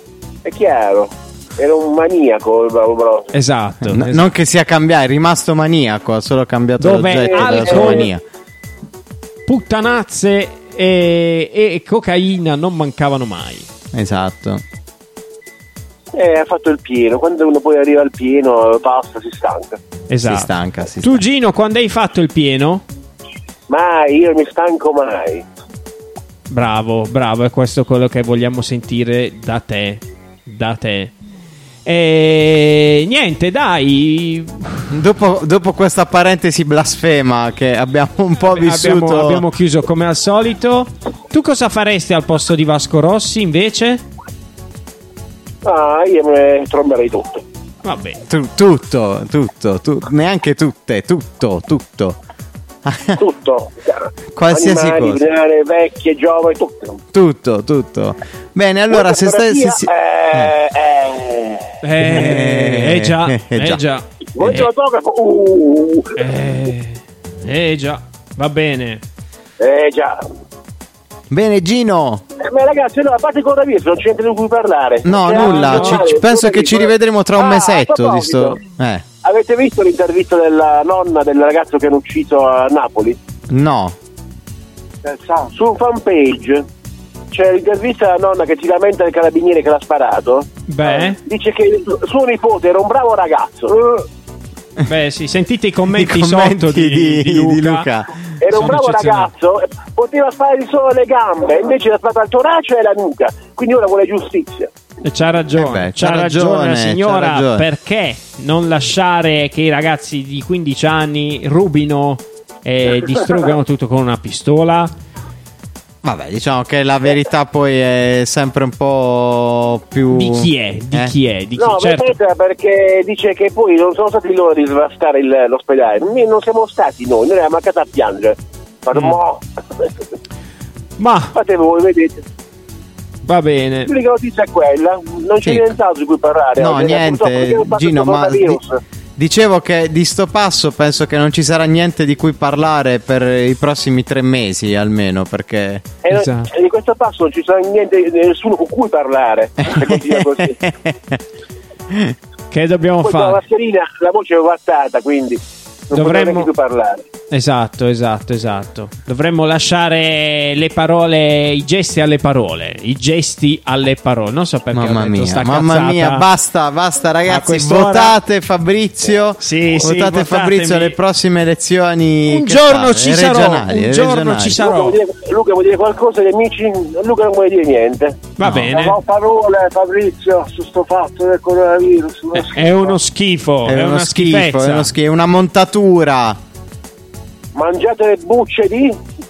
È chiaro. Era un maniaco il Brosi.
Esatto.
Non che sia cambiato, è rimasto maniaco, ha solo cambiato
Dove
l'oggetto della sua
alcol,
mania.
puttanazze e cocaina non mancavano mai.
Esatto.
Ha fatto il pieno. Quando uno poi arriva al pieno, basta, si stanca.
Esatto.
Si stanca.
Tu Gino, quando hai fatto il pieno?
Mai, io mi stanco mai.
Bravo, è questo quello che vogliamo sentire da te. E niente, dai.
Dopo questa parentesi blasfema che abbiamo un po' vissuto,
abbiamo chiuso come al solito. Tu cosa faresti al posto di Vasco Rossi invece?
Io me ne tromberei tutto.
Va bene.
Tutto, neanche tutte, tutto.
Tutto.
Qualsiasi
animali,
cosa.
Animali, vecchie, giovani, tutto.
Tutto. Bene, allora se stai...
già. Già. Va bene.
Già.
Bene, Gino.
Ma ragazzi, no, a parte il coronavirus non c'è niente di cui parlare.
No, nulla. Penso che ci rivedremo tra un mesetto.
Avete visto l'intervista della nonna del ragazzo che hanno ucciso a Napoli?
No.
Su un fanpage c'è l'intervista della nonna che si lamenta del carabiniere che l'ha sparato.
Beh.
Dice che suo nipote era un bravo ragazzo.
Beh, sì, sentite i commenti sotto di Luca.
Era un bravo ragazzo, poteva sparare solo le gambe, invece l'ha sparato al torace e la nuca. Quindi ora vuole giustizia.
E c'ha ragione, c'ha ragione la signora,
c'ha ragione.
Perché non lasciare che i ragazzi di 15 anni rubino e distruggano tutto con una pistola?
Vabbè, diciamo che la verità poi è sempre un po' più...
Di chi è?
No,
certo.
perché dice che poi non sono stati loro di svastare l'ospedale. Non siamo stati noi eravamo a casa a piangere.
Ma
fate voi, vedete.
Va bene.
L'unica notizia è quella, non c'è nient'altro di cui parlare.
No, niente, Gino, ma dicevo che di sto passo penso che non ci sarà niente di cui parlare per i prossimi 3 mesi almeno, perché
esatto. Di questo passo non ci sarà niente, nessuno con cui parlare. Se continua così.
Che dobbiamo
poi
fare?
La mascherina, la voce è guardata, quindi non potremo neanche più parlare.
Esatto. Dovremmo lasciare le parole, i gesti alle parole. Non so perché
mamma
ho detto sta
mamma
cazzata.
mia, basta ragazzi, votate Fabrizio. Votate Fabrizio alle prossime elezioni.
Un giorno ci
regionali.
sarò.
Luca vuoi dire qualcosa agli amici? Luca non vuole dire niente.
Va bene.
Non ho parole, Fabrizio, su sto fatto del coronavirus.
È uno schifo.
È uno schifo. È una montatura.
Mangiate le bucce di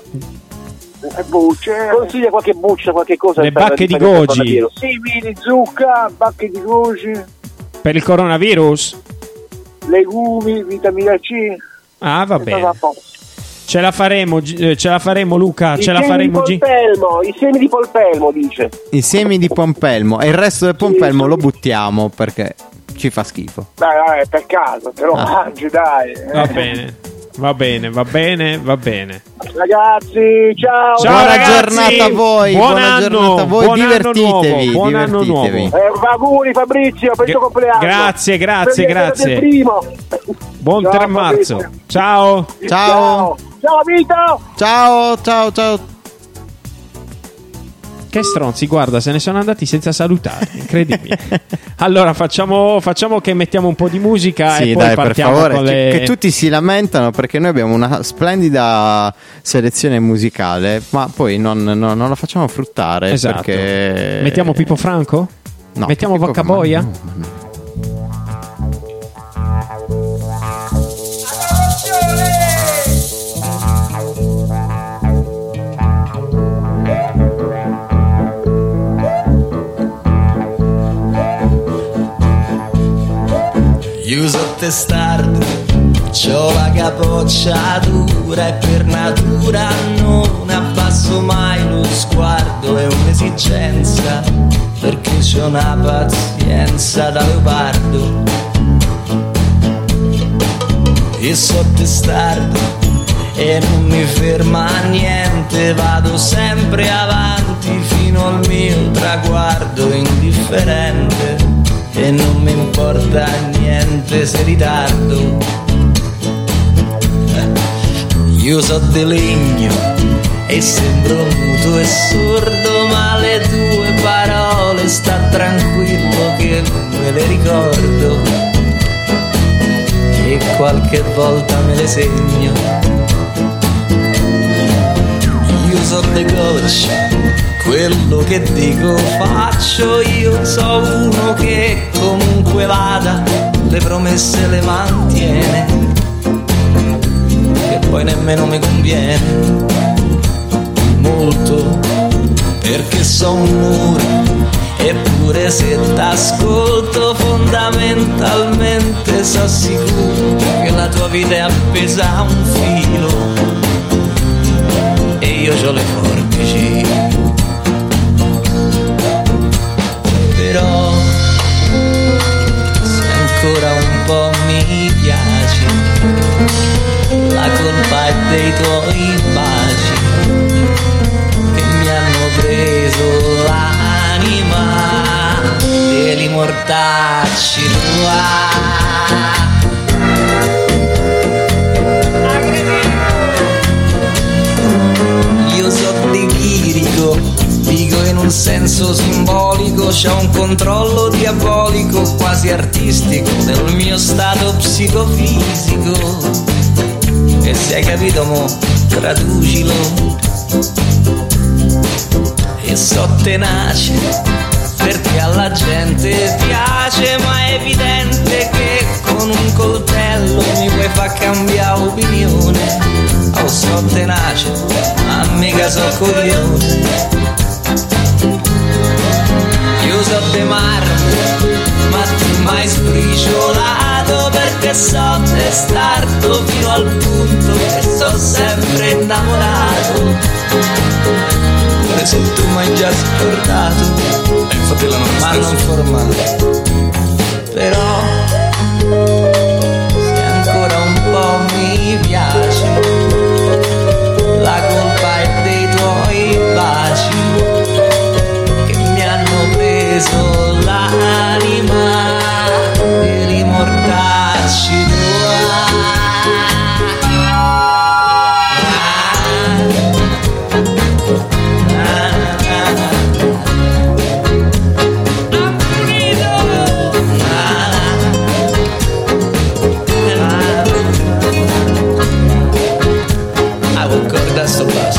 consiglia qualche buccia, qualche cosa.
Le bacche di goji.
Simili, zucca, bacche di goji.
Per il coronavirus?
Legumi, vitamina C.
Ah, va bene. Ce la faremo, Luca. Ce la faremo.
I semi di polpelmo, dice.
I semi di pompelmo. E il resto del pompelmo lo buttiamo perché ci fa schifo.
Dai, per caso, te lo mangi, dai.
Va bene.
Ragazzi, ciao.
Buona
ragazzi.
giornata a voi.
Buona giornata a voi.
Divertitevi.
Buon anno nuovo.
Auguri Fabrizio per il tuo compleanno.
Grazie.
Del primo.
Buon 3 marzo.
Fabrizio.
Ciao.
Ciao Vito.
Ciao.
Che stronzi, guarda, se ne sono andati senza salutare, incredibile. Allora facciamo che mettiamo un po' di musica e poi partiamo
per favore,
con le...
che tutti si lamentano perché noi abbiamo una splendida selezione musicale, ma poi non la facciamo fruttare.
Esatto.
Perché...
Mettiamo Pippo Franco?
No.
Mettiamo Vaccaboia?
No.
Io so testardo, c'ho la capoccia dura e per natura non abbasso mai lo sguardo. È un'esigenza perché c'ho una pazienza da leopardo. Io so testardo e non mi ferma niente, vado sempre avanti fino
fino al mio traguardo indifferente e non mi importa niente se ritardo. Io so di legno e sembro muto e sordo, ma le tue parole sta tranquillo che me le ricordo e qualche volta me le segno. Io so le gocce, quello che dico faccio, io so uno che comunque vada le promesse le mantiene, che poi nemmeno mi conviene molto, perché so un muro, eppure se t'ascolto fondamentalmente so sicuro che la tua vita è appesa a un filo e io c'ho le forbici. Però se ancora un po' mi piaci, la colpa è dei tuoi baci che mi hanno preso l'anima degli mortacci tua. Io so di chirico, dico in un senso simbolico, c'ho un controllo diabolico quasi artistico del mio stato psicofisico. E se hai capito mo, traducilo. E so tenace, perché alla gente piace, ma è evidente che con un coltello mi puoi far cambiare opinione. Oh, so tenace, ma mica so coglione. Io so de marmo, ma tu mai sbriciolato, perché so testardo fino al punto che so sempre innamorato. E se tu mi hai già scordato, infatti la ma non formato. Però se ancora un po' mi piaci, la colpa è dei tuoi baci che mi hanno preso l'anima per i mortacci questo passo.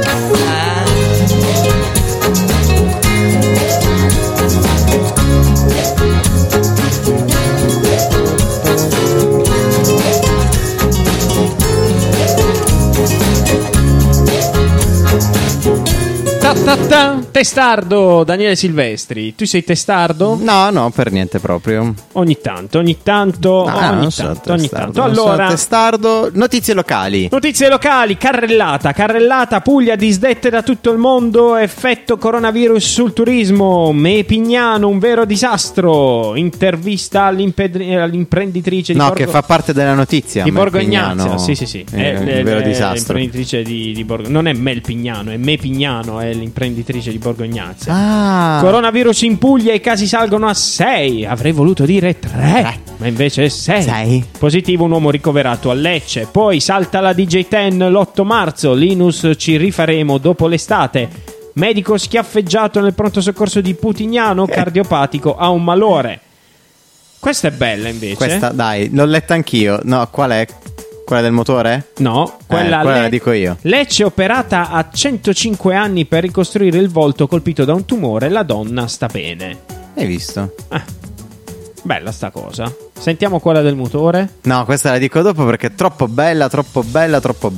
Testardo, Daniele Silvestri. Tu sei testardo?
No, per niente proprio.
Ogni tanto.
Ogni tanto.
Allora,
testardo. Notizie locali,
carrellata, Puglia disdette da tutto il mondo, effetto coronavirus sul turismo, Mepignano un vero disastro, intervista all'imprenditrice di
che fa parte della notizia
di Borgo Ignazio. Sì.
È un vero disastro.
L'imprenditrice di Borgo, non è Melpignano, è Mepignano, è l'imprenditrice di Borgo Ignazio. Coronavirus in Puglia, i casi salgono a 6, avrei voluto dire 3, ma invece 6. Positivo un uomo ricoverato a Lecce. Poi salta la DJ10 l'8 marzo, Linus ci rifaremo dopo l'estate. Medico schiaffeggiato nel pronto soccorso di Putignano, cardiopatico, ha un malore. Questa è bella invece.
Questa, dai, l'ho letta anch'io. No, qual è? Quella del motore?
No, quella
la dico io.
Lecce operata a 105 anni per ricostruire il volto colpito da un tumore, la donna sta bene.
Hai visto?
Bella sta cosa. Sentiamo quella del motore.
No, questa la dico dopo perché è troppo bella.
Troppo bella,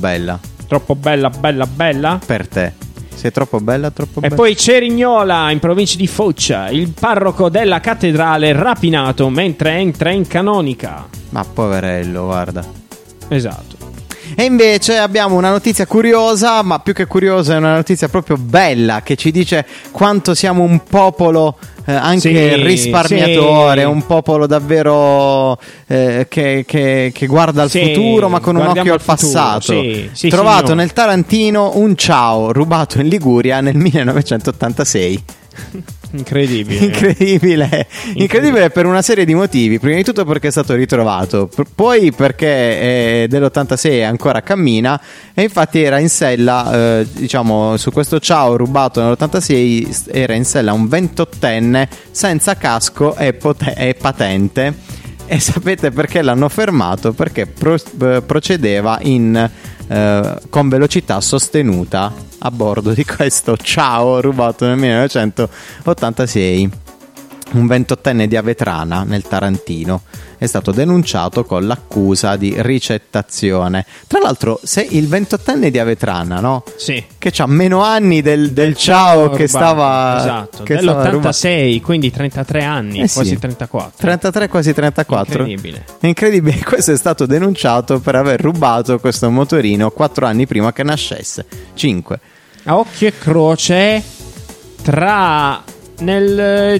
bella?
Per te. Sei troppo bella.
E poi Cerignola, in provincia di Foggia, il parroco della cattedrale rapinato mentre entra in canonica.
Ma poverello, guarda.
Esatto.
E invece abbiamo una notizia curiosa, ma più che curiosa è una notizia proprio bella, che ci dice quanto siamo un popolo anche risparmiatore, un popolo davvero che guarda al futuro, ma con un occhio al passato. Trovato nel Tarantino un ciao rubato in Liguria nel 1986. Incredibile per una serie di motivi. Prima di tutto perché è stato ritrovato, poi perché dell'86 ancora cammina, e infatti era in sella, diciamo, su questo ciao rubato nell'86 era in sella un 28enne senza casco e patente. E sapete perché l'hanno fermato? Perché procedeva con velocità sostenuta a bordo di questo ciao rubato nel 1986. Un 28enne di Avetrana nel Tarantino è stato denunciato con l'accusa di ricettazione. Tra l'altro, se il 28enne di Avetrana, no?
Sì.
Che c'ha meno anni del ciao che stava,
esatto,
che
dell'86, quindi 33 anni, quasi
sì.
34.
33, quasi 34. Incredibile. Questo è stato denunciato per aver rubato questo motorino 4 anni prima che nascesse. 5.
A occhio e croce, nel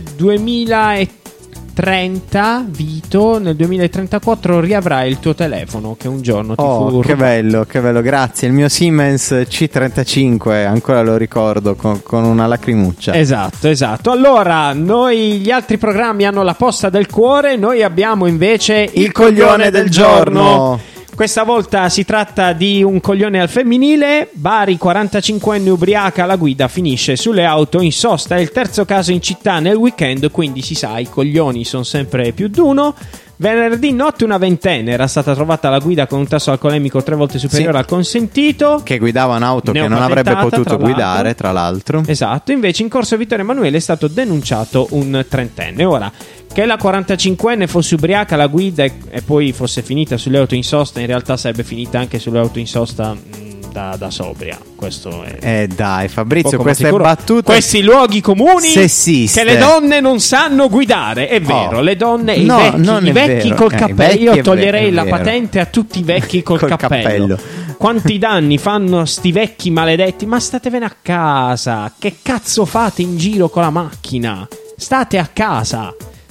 2030, Vito, nel 2034 riavrai il tuo telefono che un giorno ti fu rubato.
Che bello, grazie. Il mio Siemens C35, ancora lo ricordo, con una lacrimuccia.
Esatto. Allora, noi gli altri programmi hanno la posta del cuore, noi abbiamo invece il coglione del giorno. Questa volta si tratta di un coglione al femminile. Bari, 45enne ubriaca alla guida, finisce sulle auto in sosta. È il terzo caso in città nel weekend, quindi si sa, i coglioni sono sempre più d'uno. Venerdì notte una ventenne era stata trovata alla guida con un tasso alcolemico 3 volte superiore al consentito,
che guidava un'auto che non avrebbe potuto guidare, tra l'altro.
Esatto. Invece in corso Vittorio Emanuele è stato denunciato un trentenne. Ora, che la 45enne fosse ubriaca alla guida e poi fosse finita sulle auto in sosta, in realtà sarebbe finita anche sulle auto in sosta da sobria. Questo è
dai Fabrizio, queste battute,
questi luoghi comuni
sessiste,
che le donne non sanno guidare. È vero, le donne, i vecchi col cappello. Io toglierei la patente a tutti i vecchi col cappello. Quanti danni fanno sti vecchi maledetti? Ma statevene a casa. Che cazzo fate in giro con la macchina? State a casa.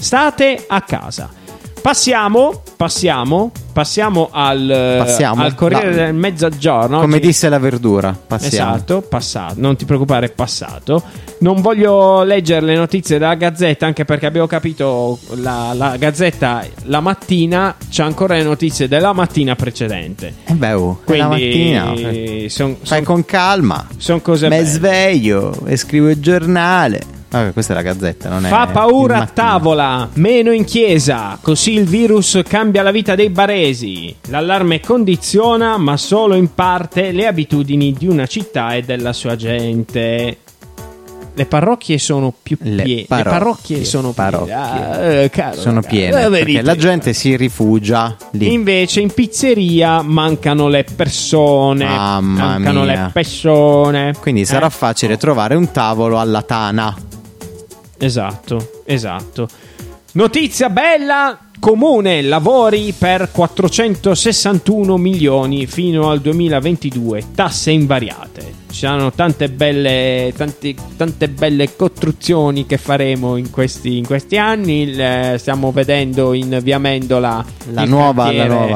Passiamo al Corriere del Mezzogiorno.
Come disse la verdura, passiamo.
Esatto, passato. Non ti preoccupare, è passato. Non voglio leggere le notizie della Gazzetta, anche perché abbiamo capito la Gazzetta la mattina c'ha ancora le notizie della mattina precedente.
Quindi la mattina fai con calma.
Sono cose belle.
Sveglio e scrivo il giornale. Questa è la Gazzetta, non è.
Fa paura a tavola, meno in chiesa, così il virus cambia la vita dei baresi. L'allarme condiziona, ma solo in parte, le abitudini di una città e della sua gente. Le parrocchie sono più piene. Le parrocchie sono piene.
Sono piene perché la gente si rifugia lì.
Invece in pizzeria mancano le persone. Mancano le persone.
Quindi sarà facile trovare un tavolo alla tana.
Esatto. Notizia bella: Comune, lavori per 461 milioni fino al 2022, tasse invariate. Ci saranno tante belle costruzioni che faremo in questi anni. Stiamo vedendo in Via Mendola
la nuova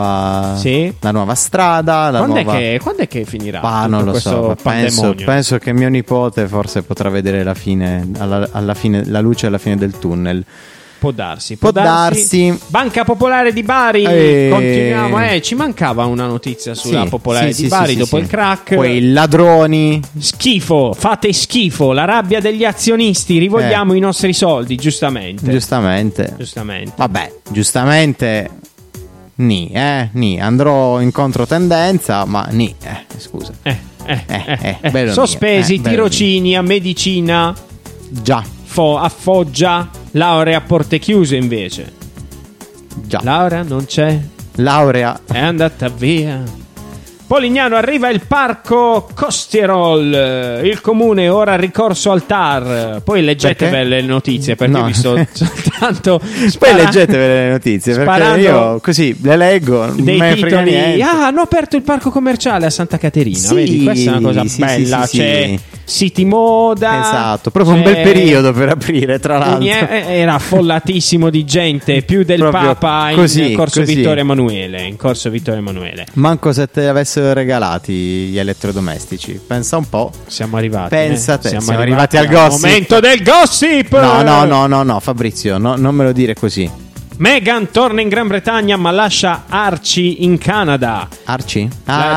strada.
Quando è che finirà?
Non lo so. Penso che mio nipote forse potrà vedere la fine, alla fine, la luce alla fine del tunnel.
Può darsi. Banca Popolare di Bari. Continuiamo. Ci mancava una notizia sulla Popolare di Bari dopo il crack.
Quei ladroni.
Schifo, fate schifo. La rabbia degli azionisti. Rivogliamo i nostri soldi, giustamente.
Vabbè, giustamente. Andrò in controtendenza, ma scusa.
Sospesi tirocini a medicina.
Già.
A Foggia. Laurea a porte chiuse invece.
Già.
Laurea non c'è.
Laurea
è andata via. Polignano, arriva il parco Costierol. Il comune ora ricorso al TAR. Poi leggetevi le notizie, perché ho visto soltanto
poi leggetevi le notizie, perché io così le leggo, non me ne frega niente.
Hanno aperto il parco commerciale a Santa Caterina. Vedi, questa è una cosa bella. City Moda.
Esatto, proprio un bel periodo per aprire, tra l'altro.
Era affollatissimo di gente, più del
Proprio
Papa
così,
in Corso
così.
Vittorio Emanuele. In Corso Vittorio Emanuele.
Manco se te li avessero regalati gli elettrodomestici. Pensa un po'.
Siamo arrivati.
Pensa te,
Siamo
siamo arrivati al gossip.
Momento del gossip.
No, Fabrizio, non me lo dire così.
Meghan torna in Gran Bretagna ma lascia Archie in Canada.
Archie?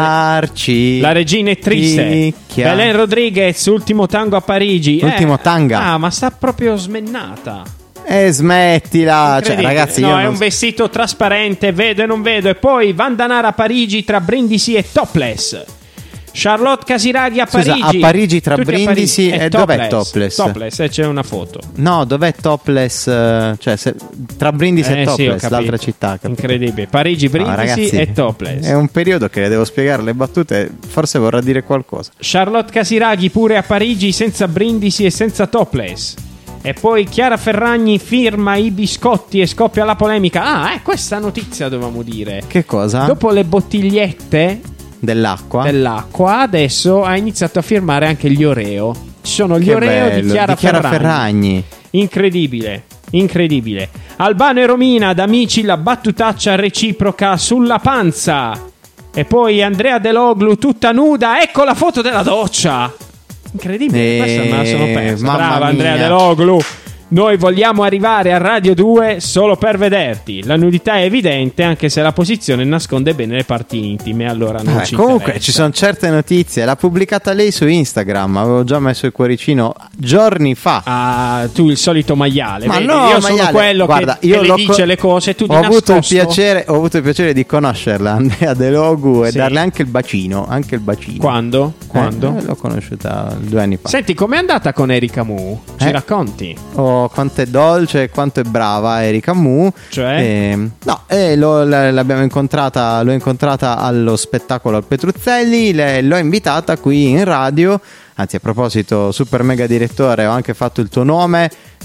La regina è triste.
Picchia.
Belen Rodriguez, ultimo tango a Parigi.
Ultimo tanga.
Ah, ma sta proprio smennata.
Smettila. Cioè,
Incredibile.
ragazzi,
no,
io
è
non...
un vestito trasparente, vedo e non vedo. E poi Vandanara a Parigi tra Brindisi e topless. Charlotte Casiraghi a
Scusa,
Parigi.
a Parigi tra
Tutti a
Brindisi
Parigi.
e dov'è topless?
Topless, e c'è una foto.
No, dov'è topless? Cioè, tra Brindisi e
Sì, ho
topless,
capito.
l'altra città. Capito?
Incredibile. Parigi, Brindisi
ragazzi,
e topless.
È un periodo che devo spiegare le battute, forse vorrà dire qualcosa.
Charlotte Casiraghi pure a Parigi senza Brindisi e senza topless. E poi Chiara Ferragni firma i biscotti e scoppia la polemica. Questa notizia dovevamo dire.
Che cosa?
Dopo le bottigliette
dell'acqua,
adesso ha iniziato a firmare anche gli Oreo. Ci sono gli
Che
Oreo
bello,
di Chiara
Ferragni.
Incredibile. Albano e Romina, da amici, la battutaccia reciproca sulla panza. E poi Andrea Deloglu tutta nuda. Ecco la foto della doccia. Incredibile, questa me la sono persa. Brava Andrea Deloglu. Noi vogliamo arrivare a Radio 2 solo per vederti. La nudità è evidente, anche se la posizione nasconde bene le parti intime. Allora non ci
comunque
interessa.
ci sono certe notizie. L'ha pubblicata lei su Instagram. Avevo già messo il cuoricino giorni fa.
Tu il solito maiale.
Ma
vedi?
no,
io
maiale.
sono quello
Guarda,
che
io
le dice le cose. Tu di
ho avuto
nascosto.
ho avuto il piacere di conoscerla, Andrea Delogu, e
Sì.
darle anche il bacino.
Quando?
L'ho conosciuta 2 anni fa.
Senti, com'è andata con Erika Mu? Ci racconti?
Oh, quanto è dolce, quanto è brava Erika Mu.
Cioè?
L'abbiamo incontrata, l'ho incontrata allo spettacolo al Petruzzelli, l'ho invitata qui in radio. Anzi, a proposito, super mega direttore, ho anche fatto il tuo nome.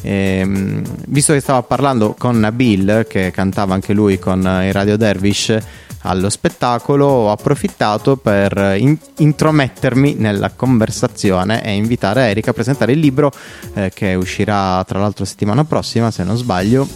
Visto che stavo parlando con Nabil, che cantava anche lui con i Radio Dervish allo spettacolo, ho approfittato per intromettermi nella conversazione e invitare Erika a presentare il libro che uscirà tra l'altro settimana prossima, se non sbaglio.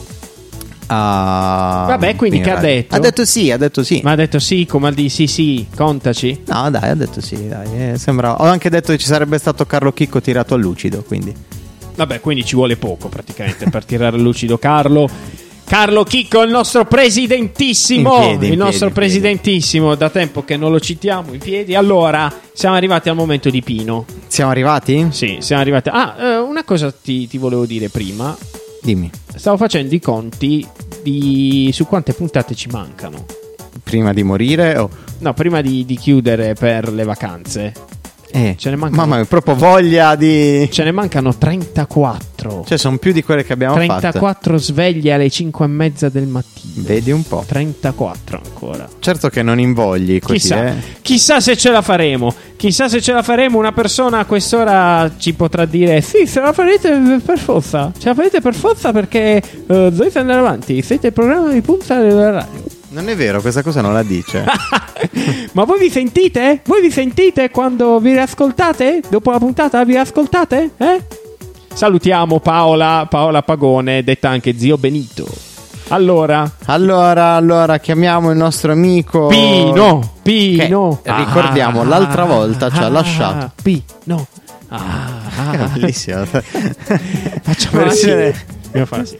Vabbè, quindi che ha detto?
Ha detto sì.
Ma ha detto sì, come di sì, contaci.
No, dai, ha detto sì, dai. Sembrava. Ho anche detto che ci sarebbe stato Carlo Chicco tirato a lucido, quindi.
Vabbè, quindi ci vuole poco praticamente per tirare a lucido Carlo Chicco, il nostro presidentissimo. Il nostro presidentissimo, da tempo che non lo citiamo in piedi. Allora, siamo arrivati al momento di Pino.
Siamo arrivati?
Sì, siamo arrivati. Una cosa ti volevo dire prima.
Dimmi.
Stavo facendo i conti su quante puntate ci mancano.
Prima di morire o...
No, prima di chiudere per le vacanze. Ce ne mancano.
Mamma mia, proprio voglia di...
Ce ne mancano 34.
Cioè, sono più di quelle che abbiamo
34 sveglie alle 5:30 del mattino.
Vedi un po'.
34 ancora.
Certo che non invogli così,
Chissà se ce la faremo. Una persona a quest'ora ci potrà dire: sì, se la farete per forza. Ce la farete per forza perché dovete andare avanti. Siete il programma di punta della radio.
Non è vero, questa cosa non la dice.
Ma voi vi sentite? Voi vi sentite quando vi riascoltate? Dopo la puntata vi riascoltate? Salutiamo Paola Pagone, detta anche Zio Benito. Allora,
chiamiamo il nostro amico
Pino.
Ricordiamo, l'altra volta ci ha lasciato.
Pino.
Bellissimo.
Facciamo così.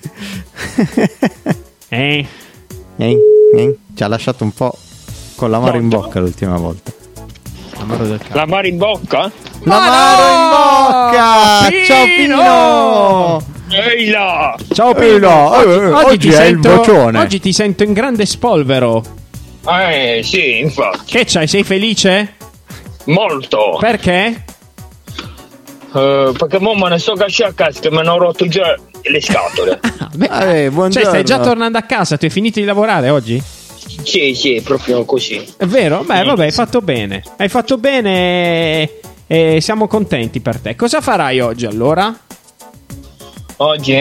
Ci ha lasciato un po' con l'amaro in bocca l'ultima volta.
L'amaro in bocca?
L'amaro in bocca! Ciao Pino!
Ehi là!
Ciao Pino!
Oggi è il vocione.
Oggi ti sento in grande spolvero.
Sì, infatti.
Che c'hai? Sei felice?
Molto.
Perché?
Perché mo me ne sto cacciando a casa che mi hanno rotto già le scatole.
Buongiorno.
Cioè, stai già tornando a casa? Tu hai finito di lavorare oggi?
Sì, proprio così.
È vero? Beh, vabbè, hai fatto bene. Hai fatto bene e siamo contenti per te. Cosa farai oggi allora?
Oggi,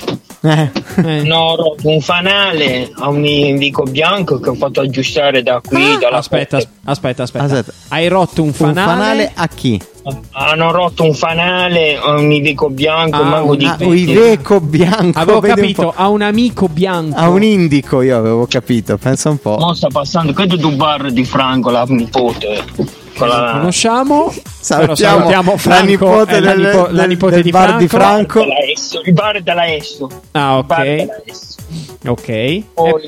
no, un fanale a un indico bianco che ho fatto aggiustare da qui. Dalla
Aspetta. Hai rotto un fanale
a chi?
Hanno rotto un fanale, un Iveco bianco, un mango di
un Iveco bianco.
Avevo
vedi un
capito,
po'.
ha un amico bianco.
Ha un indico, io avevo capito, pensa un po'.
Mo sta passando, credo du bar di Franco, la nipote. Con
Lo
la...
conosciamo. Però
Salutiamo
Franco,
la nipote
la nipote
del
di
bar di
Franco.
Franco.
Il bar della Esso.
Ah,
Il bar
ok.
della Esso.
Ok.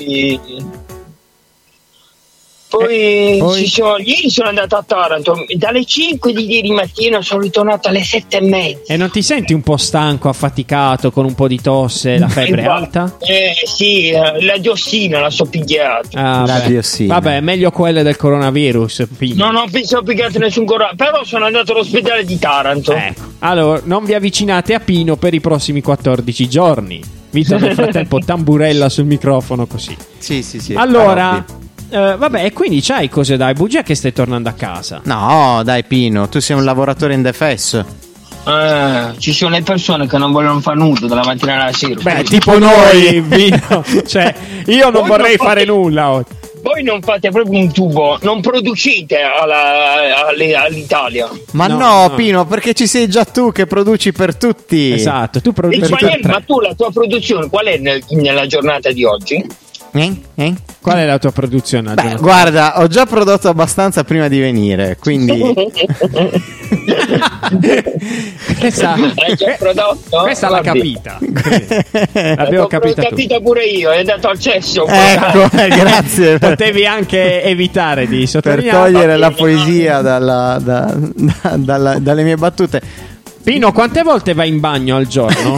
Poi
poi?
ieri sono andato a Taranto, dalle 5 di ieri mattina sono ritornato alle 7:30.
E non ti senti un po' stanco, affaticato, con un po' di tosse, la febbre alta?
Sì, la diossina la so pigliata.
Ah,
La
beh.
diossina.
Vabbè, meglio quelle del coronavirus. Pino.
Non ho pensato picchiato nessun corona, però sono andato all'ospedale di Taranto.
Ecco. Allora, non vi avvicinate a Pino per i prossimi 14 giorni. Vito nel frattempo tamburella sul microfono così.
Sì.
Allora, vabbè, e quindi c'hai cose dai bugia che stai tornando a casa.
No, dai Pino, tu sei un lavoratore indefesso.
Ci sono le persone che non vogliono fare nulla dalla mattina alla sera.
Beh, tipo noi, Vito. Cioè, io non
Voi
vorrei
non
fare nulla oggi.
Voi non fate proprio un tubo, non producete all'Italia.
Ma no, Pino, perché ci sei già tu che produci per tutti.
Esatto, tu
Il
produci per
Spagnuolo,
tre.
ma tu la tua produzione qual è nella giornata di oggi?
Qual è la tua produzione?
Beh, guarda, ho già prodotto abbastanza prima di venire, quindi
questa
Hai già prodotto?
questa l'ha capita. L'abbiamo
L'ho
capita tu.
capita pure io, è andato al cesso.
ecco, grazie
Potevi anche evitare di
per
sottolineare.
togliere la poesia dalle mie battute.
Pino, quante volte vai in bagno al giorno?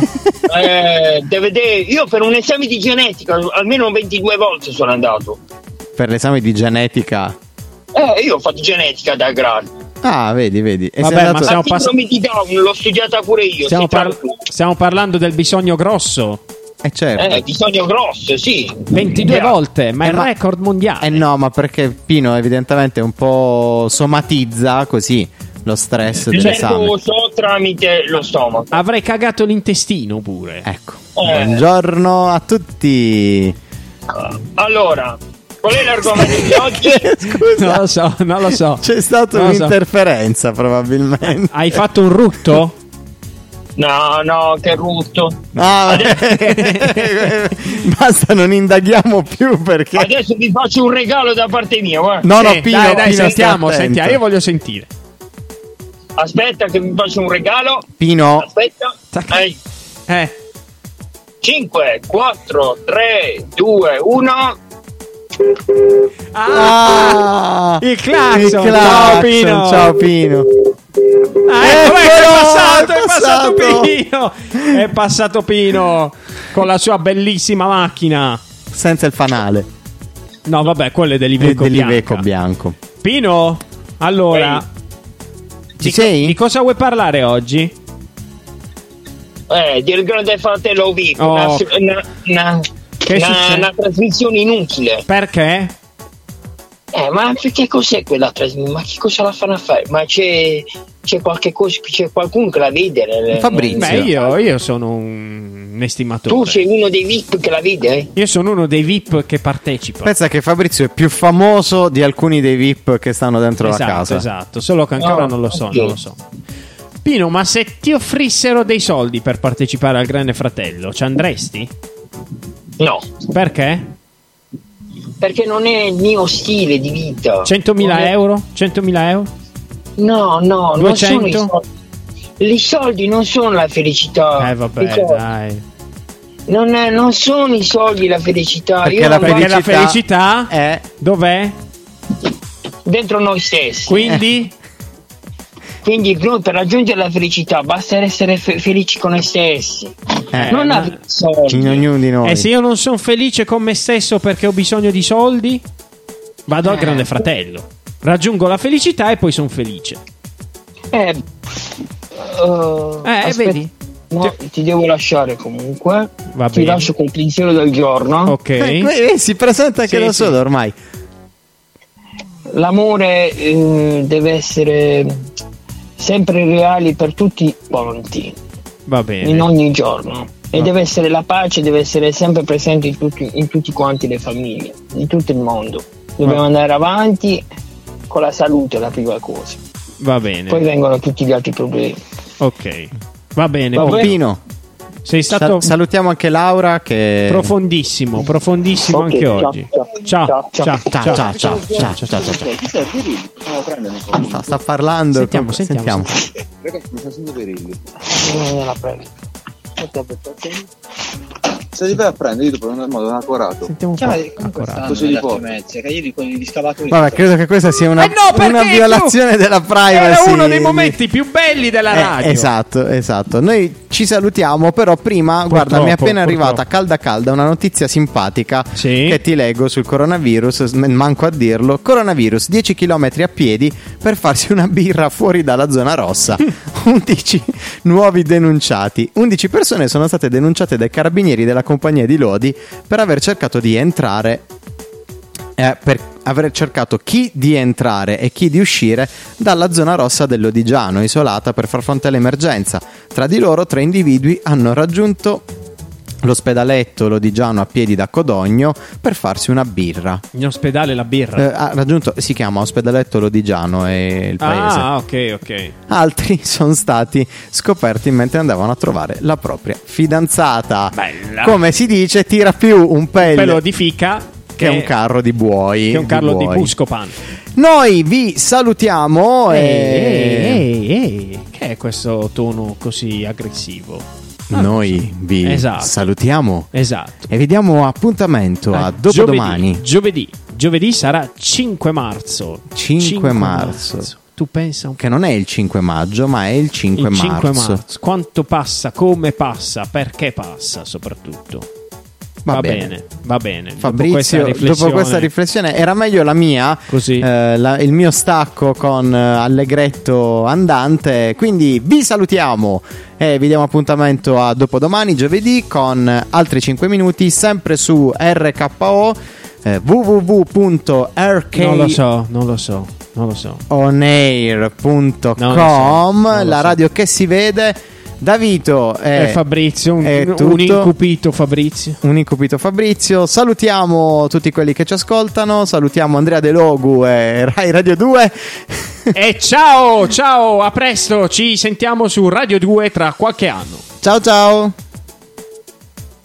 Io per un esame di genetica almeno 22 volte sono andato.
Per l'esame di genetica.
Io ho fatto genetica da grande.
Ah, vedi. E
Vabbè,
sei
ma
andato...
siamo
La sindrome di Down l'ho studiata pure io.
Stiamo parlando del bisogno grosso.
certo.
Bisogno grosso, sì.
22 volte, ma è il record mondiale.
No, ma perché Pino evidentemente un po' somatizza così lo stress dell'esame.
Lo so tramite lo stomaco.
Avrei cagato l'intestino pure.
Ecco. Buongiorno a tutti.
Allora, qual è l'argomento di oggi?
Scusa.
Non lo so.
C'è stata
Non lo so.
un'interferenza probabilmente.
Hai fatto un rutto?
No, che rutto.
Basta, non indaghiamo più perché.
Adesso vi faccio un regalo da parte mia, guarda.
No,
Sì,
Pino,
dai,
Pino,
sentiamo,
stai attento.
io voglio sentire.
Aspetta che vi faccio un regalo.
Pino.
Aspetta. 5, 4, 3, 2, 1.
Il clacson. Ciao Pino.
Ciao Pino.
È passato Pino. È passato Pino con la sua bellissima macchina.
Senza il fanale.
No, vabbè, quello è dell'Iveco
bianco.
Pino, allora,
ci sei?
Di cosa vuoi parlare oggi?
Del Grande Fratello VIP.
Oh.
Una trasmissione inutile.
Perché?
Ma perché cos'è quella trasmissione? Ma che cosa la fanno a fare? Ma c'è qualche cosa, c'è qualcuno che la vede?
Fabrizio.
Beh, io sono un estimatore.
Tu sei uno dei VIP che la vede?
Io sono uno dei VIP che partecipa.
Pensa che Fabrizio è più famoso di alcuni dei VIP che stanno dentro la casa.
Esatto, solo che ancora non lo so. Pino, ma se ti offrissero dei soldi per partecipare al Grande Fratello, ci andresti?
No.
Perché?
Perché non è il mio stile di vita.
100.000 euro? 100.000 euro?
No,
200?
non sono i soldi. I soldi non sono la felicità.
Vabbè, dai.
Non sono i soldi la felicità.
Perché la
felicità
è
dov'è?
Dentro noi stessi.
Quindi
noi per raggiungere la felicità basta essere felici con noi stessi. Non avere soldi.
In ognuno di noi.
E se io non sono felice con me stesso perché ho bisogno di soldi, vado al Grande Fratello. Raggiungo la felicità e poi sono felice. Vedi?
No, ti devo lasciare comunque.
Va
Ti
bene.
lascio col pensiero del giorno.
Ok.
Si presenta anche da solo ormai.
L'amore deve essere sempre reale per tutti quanti,
Va bene.
in ogni giorno. E deve essere la pace, deve essere sempre presente in tutti quanti le famiglie, in tutto il mondo. Dobbiamo andare avanti con la salute, la prima cosa.
Va bene.
Poi vengono tutti gli altri problemi.
Ok, va bene.
Pompino,
sei stato
salutiamo anche Laura che
profondissimo
Ok,
anche
ciao,
oggi.
ciao.
Ciao.
ciao. Sta parlando.
Sentiamo.
Ragazzi, mi sta sentendo Perilli.
Non la prendo.
Se li vai a prendere, io dopo non è modo accorato.
Sentiamo un po'.
Così li può.
Vabbè, credo che questa sia una
perché
violazione della privacy.
Era uno dei momenti più belli della radio.
Esatto. Noi ci salutiamo, però prima, guarda, mi è appena arrivata calda una notizia simpatica che ti leggo sul coronavirus, manco a dirlo. Coronavirus, 10 km a piedi per farsi una birra fuori dalla zona rossa. 11 nuovi denunciati. 11 persone sono state denunciate dai carabinieri della compagnia di Lodi per aver cercato di entrare per aver cercato chi di entrare e chi di uscire dalla zona rossa dell'Odigiano, isolata per far fronte all'emergenza. Tra di loro 3 individui hanno raggiunto l'ospedaletto Lodigiano a piedi da Codogno per farsi una birra.
In ospedale la birra?
Ha raggiunto, si chiama Ospedaletto Lodigiano, è il paese.
Ah, ok.
Altri sono stati scoperti mentre andavano a trovare la propria fidanzata.
Bella.
Come si dice, tira più un pelo
di fica
che un carro di buoi.
Che un carro di Buscopan.
Noi vi salutiamo.
Ehi, che è questo tono così aggressivo?
Noi vi salutiamo.
Esatto.
E vi diamo appuntamento a dopodomani.
Giovedì sarà 5 marzo.
5 marzo.
Tu pensa un po'.
Che non è il 5 maggio, ma è il 5 marzo.
5 marzo. Quanto passa, come passa, perché passa soprattutto. Va bene.
Fabrizio, dopo questa riflessione era meglio la mia,
così.
Il mio stacco con allegretto andante. Quindi vi salutiamo e vi diamo appuntamento a dopodomani, giovedì, con altri 5 minuti, sempre su RKO, www.rk
non lo so
onair.com, la radio che si vede. Davito
e Fabrizio, un incupito Fabrizio.
Salutiamo tutti quelli che ci ascoltano. Salutiamo Andrea De Logu e Rai Radio 2.
E ciao, a presto. Ci sentiamo su Radio 2 tra qualche anno.
Ciao.